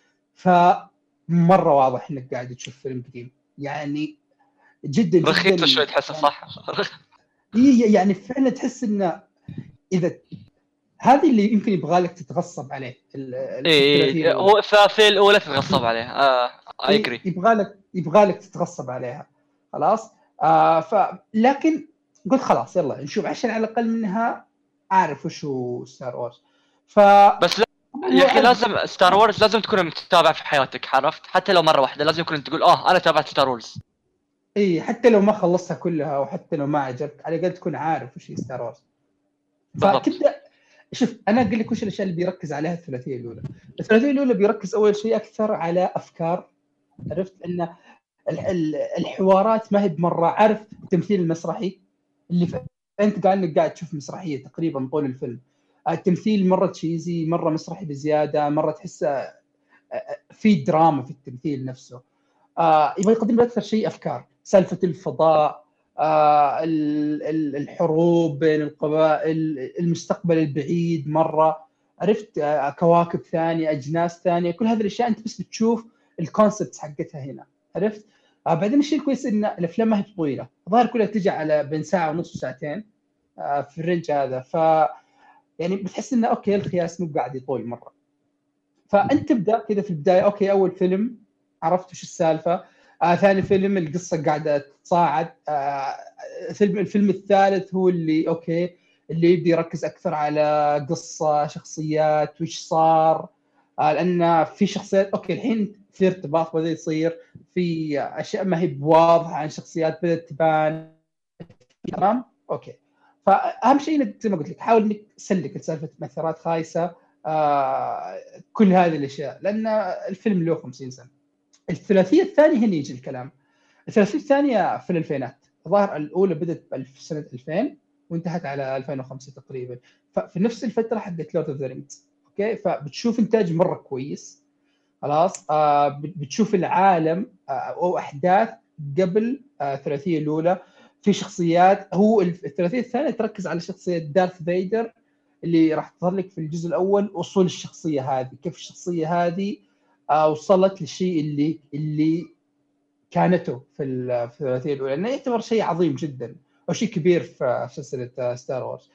فمره واضح انك قاعد تشوف فيلم قديم يعني، جدا
رخيص شوي تحسه صح.
يعني فعلا تحس انه اذا هذه اللي يمكن يبغى لك تتغصب عليه.
ايه هو في الاولى تتغصب عليه. اجري
يبغى لك تتغصب عليها خلاص. لكن قلت خلاص يلا نشوف عشان على الاقل منها اعرف وش هو ستار وورز.
بس لا يا اخي لازم ستار وورز لازم تكون متابع في حياتك، عرفت؟ حتى لو مره واحده لازم يكون تقول انا تابعت ستار وورز.
اي حتى لو ما خلصتها كلها وحتى لو ما عجبك على الاقل تكون عارف وش هي ستار وورز. فكده شوف انا اقول لك وش الاشياء اللي بيركز عليها الثلاثيه الاولى. الثلاثيه الاولى بيركز اول شيء اكثر على افكار. عرفت ان الحوارات ما هي بمره، عارف التمثيل المسرحي اللي انت قاعد تشوف مسرحيه تقريبا طول الفيلم. التمثيل مره تشيزي، مره مسرحي بزياده، مره تحس في دراما في التمثيل نفسه. يبغى يقدم اكثر شيء افكار، سالفه الفضاء، الحروب بين القبائل، المستقبل البعيد مره، عرفت؟ كواكب ثانيه، اجناس ثانيه، كل هذه الاشياء انت بس بتشوف الكونسبت حقتها هنا، عرفت؟ بعدين الشيء الكويس ان الافلام ما هي طويله، الظاهر كلها تجي على بين ساعه ونص وساعتين في الرينج هذا. ف يعني بتحس انه اوكي الخياس مو قاعد يطول مره. فانت تبدا كذا في البدايه، اوكي اول فيلم عرفت وش السالفه، ثاني فيلم القصه قاعده تتصاعد، الفيلم الثالث هو اللي اوكي اللي يبدي يركز اكثر على قصه شخصيات وش صار، لان في شخصيات اوكي الحين في ارتباط بدا يصير، في اشياء ما هي بواضحه عن شخصيات بدات تبان. تمام اوكي. فاهم شيء انك زي ما قلت لك حاول انك تسلك سالفه مؤثرات خايسه، كل هذه الاشياء، لان الفيلم له 50 سنه. الثلاثيه الثانيه هنا يجي الكلام. الثلاثيه الثانيه في الالفينات، الظاهر الاولى بدات سنه 2000 وانتهت على 2005 تقريبا، ففي نفس الفتره حقت لورد اوف ذا رينجز. اوكي فبتشوف انتاج مره كويس خلاص. بتشوف العالم او احداث قبل الثلاثيه الاولى، في شخصيات. هو الثلاثيه الثانيه تركز على شخصيه دارث فيدر اللي راح تظهر لك في الجزء الاول، اصول الشخصيه هذه، كيف الشخصيه هذه وصلت للشيء اللي كانته في الثلاثيه الاولى، لانه يعتبر شيء عظيم جدا او شيء كبير في سلسله ستار وورز.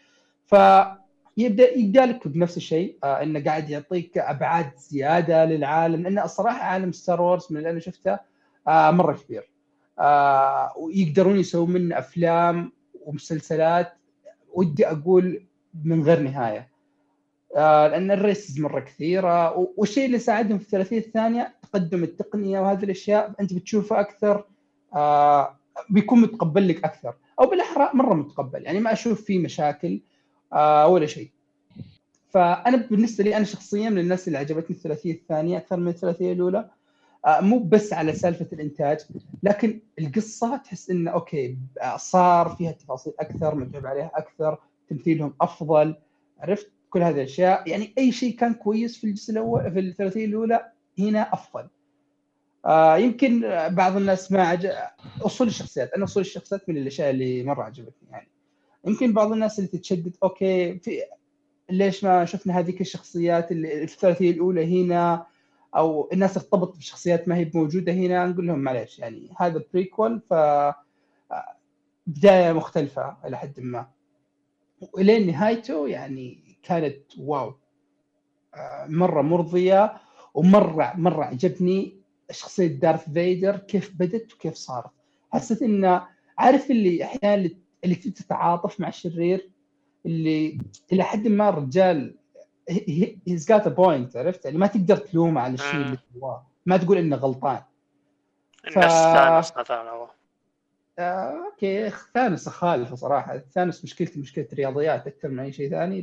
يبدا لك بنفس الشيء، انه قاعد يعطيك ابعاد زياده للعالم، لان الصراحه عالم ستار وورز من اللي انا شفته مره كبير، ويقدرون يسوون منه افلام ومسلسلات ودي اقول من غير نهايه، لان الريسز مره كثيره. والشيء اللي ساعدهم في الثلاثيه الثانيه تقدم التقنيه وهذه الاشياء، انت بتشوفها اكثر، بيكون متقبل لك اكثر، او بالاحرى مره متقبل، يعني ما اشوف فيه مشاكل ولا شيء. فانا بالنسبه لي انا شخصيا من الناس اللي عجبتني الثلاثيه الثانيه اكثر من الثلاثيه الاولى، مو بس على سالفه الانتاج، لكن القصه تحس انه اوكي صار فيها تفاصيل اكثر، متعب عليها اكثر، تمثيلهم افضل، عرفت كل هذه الاشياء. يعني اي شيء كان كويس في الجزء الاول في الثلاثيه الاولى هنا افضل. يمكن بعض الناس ما اصول الشخصيات، انا اصول الشخصيات من الاشياء اللي مره عجبتني. يعني يمكن بعض الناس اللي تتشدد اوكي في ليش ما شفنا هذيك الشخصيات اللي في الثلاثيه الاولى هنا، او الناس ارتبطت بشخصيات ما هي موجوده هنا. نقول لهم معليش، يعني هذا بريكول، ف بدايه مختلفه الى حد ما، والين نهايته يعني كانت واو، مره مرضيه، ومره عجبني شخصيه دارث فيدر كيف بدت وكيف صارت. حسيت انه عارف اللي احيانا اللي تتعاطف مع الشرير، اللي الى حد ما الرجال he's got a point، عرفت يعني ما تقدر تلومه على الشيء اللي سواه، ما تقول انه غلطان.
نفس ثانوس مثلا هو
اوكي ثانوس خالف صراحه، ثانوس مشكله رياضيات اكثر من اي شيء ثاني،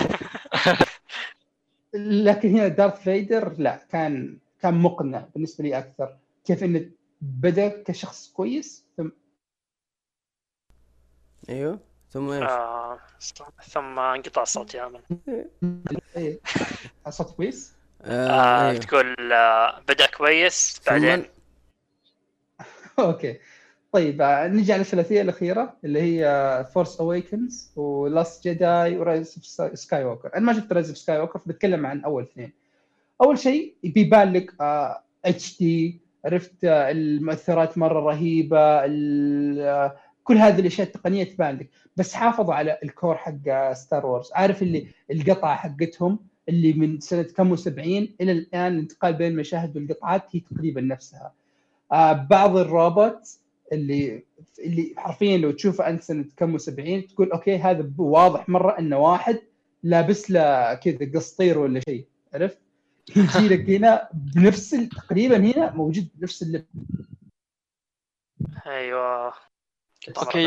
لكن هنا دارث فيدر لا، كان مقنع بالنسبه لي اكثر، كيف انه بدا كشخص كويس
ايوه ثم ايش؟
ثم انقطع الصوت يا من
ايه صوت كويس.
أيوه.
تقول بدا كويس بعدين
اوكي طيب نجي على الثلاثيه الاخيره اللي هي فورس اويكنز ولاست جيداي ورايز اوف سكاي ووكر. انا ما شفت رايز اوف سكاي ووكر، فبتكلم عن اول اثنين. اول شيء بيبان لك اتش دي، عرفت المؤثرات مره رهيبه، كل هذه الاشياء التقنيه تبان لك، بس حافظوا على الكور حق ستار وورز. عارف اللي القطعه حقتهم اللي من سنه كم و70 الى الان الانتقال بين المشاهد والقطعات هي تقريبا نفسها. بعض الروبوت اللي حرفيا لو تشوفه انت سنه كم و70 تقول اوكي هذا واضح مره انه واحد لابس له كذا قسطير ولا شيء، عرفت يجي لك هنا بنفس تقريبا هنا موجود بنفس اللبس.
ايوه
اوكي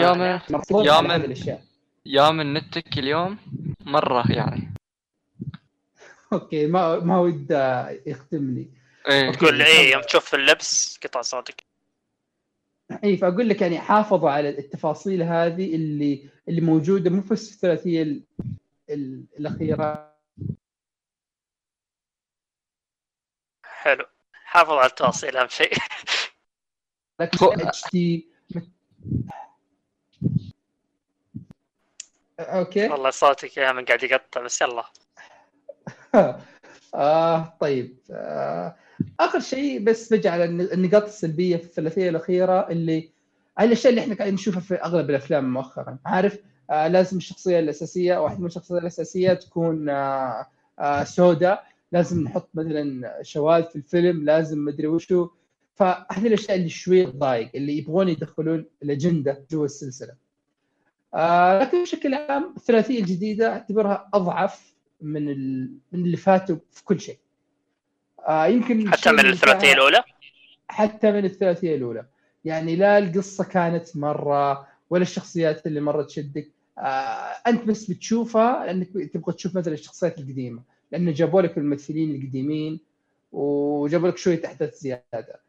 يا من نتك اليوم مره يعني.
اوكي ما ود يختمني.
تقول ايه يوم تشوف اللبس قطع صوتك.
اي فاقول لك يعني حافظوا على التفاصيل هذه اللي موجوده مو بس في الثلاثيه الاخيره.
حلو، حافظ على التفاصيل اهم شيء.
لكن اتش دي اوكي
والله صوتك يا من قاعد يقطع بس يلا.
طيب اخر شيء بس بجي على النقاط السلبيه في الثلاثيه الاخيره، اللي الاشياء اللي احنا قاعدين نشوفها في اغلب الافلام مؤخرا. عارف لازم الشخصيه الاساسيه، واحده من الشخصيات الاساسيه تكون سوداء، لازم نحط مثلا شواذ في الفيلم، لازم مدري وشو. فهذه الاشياء اللي شويه تضايق، اللي يبغون يدخلون الاجنده جوا السلسله. لكن بشكل عام الثلاثيه الجديده اعتبرها اضعف من اللي فاتوا في كل شيء. يمكن
حتى من الثلاثيه الاولى،
حتى من الثلاثيه الاولى يعني لا القصه كانت مره ولا الشخصيات اللي مره تشدك. انت بس بتشوفها لانك تبغى تشوف مثلا الشخصيات القديمه، لانه جابوا لك الممثلين القديمين وجابوا لك شويه احداث زياده.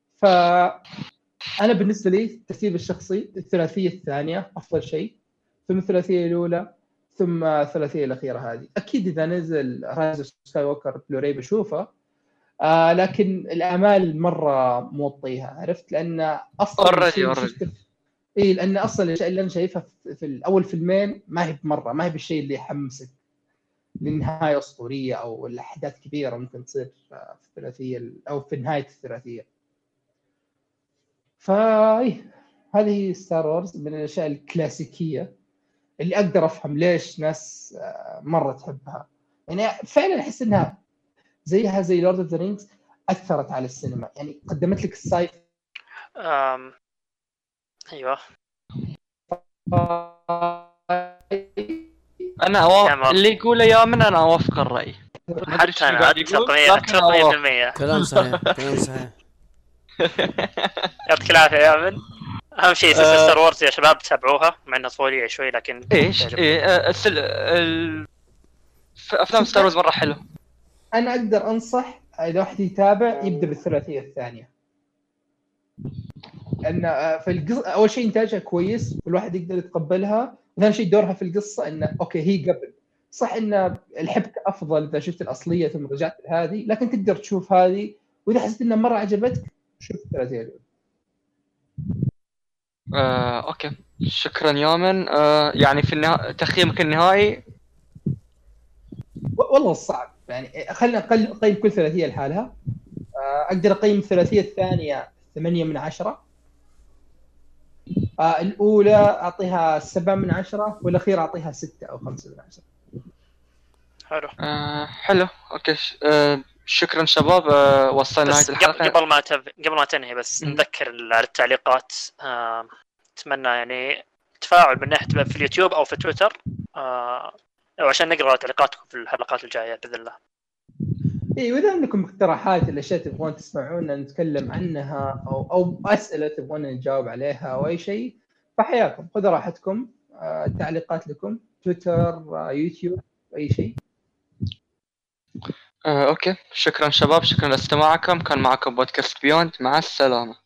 فانا بالنسبه لي الترتيب الشخصي الثلاثيه الثانيه افضل شيء، ثم الثلاثيه الاولى، ثم الثلاثيه الاخيره هذه. اكيد اذا نزل رايز اوف سكاي ووكر بلوراي بشوفه، لكن الامال مره موطيها، عرفت، لان اصلا اي لان اصلا الاشياء اللي انا شايفها في الاول فيلمين ما هي بمره، ما هي بالشيء اللي يحمسك لنهايه اسطوريه او الاحداث كبيره ممكن تصير في الثلاثيه او في نهايه الثلاثيه. هذه ستار وورز من الاشياء الكلاسيكيه اللي اقدر افهم ليش ناس مره تحبها. يعني فعلا احس انها زيها زي لورد اوف ذا رينجز، اثرت على السينما، يعني قدمت لك السايف.
ايوه
انا اللي يقوله يا من انا اوافق الراي.
حتى انا اتفق 100%.
كلام صحيح كلام صحيح.
يعطيك العافيه يا من. اهم شيء سلسله ستار وورز يا شباب تتابعوها مع انها طوليه شوي لكن
افلام ستار وورز مره حلو.
انا اقدر انصح اذا واحد يتابع يبدا بالثلاثيه الثانيه، لان في القصه اول شيء انتاجها كويس والواحد يقدر يتقبلها، وثاني شيء دورها في القصه انه اوكي هي قبل صح ان الحبكه افضل اذا شفت الاصليه ثم رجعت لهذه، لكن تقدر تشوف هذه، واذا حسيت انها مره عجبتك شوف الثلاثيه الاولى.
اوكي شكرا يومن. يعني في تقييمك النهائي؟
والله صعب يعني، خلينا نقيم كل ثلاثيه لحالها. اقدر اقيم الثلاثيه الثانيه 8 من 10، الاولى اعطيها 7 من 10، والاخيره اعطيها 6 او 5 من 10.
حلو.
حلو اوكي. شكرا شباب. وصلنا نهايه الحلقه.
قبل ما تنهي بس نذكر التعليقات. اتمنى يعني تفاعل من ناحيه في اليوتيوب او في تويتر عشان نقرا تعليقاتكم في الحلقات الجايه باذن الله.
واذا عندكم اقتراحات الاشياء تبغون تسمعونا نتكلم عنها او اسئله تبغون نجاوب عليها او اي شيء، فحياكم خذوا راحتكم. التعليقات لكم تويتر يوتيوب اي شيء.
اوكي شكرا شباب، شكرا لاستماعكم. كان معكم بودكاست بيوند، مع السلامه.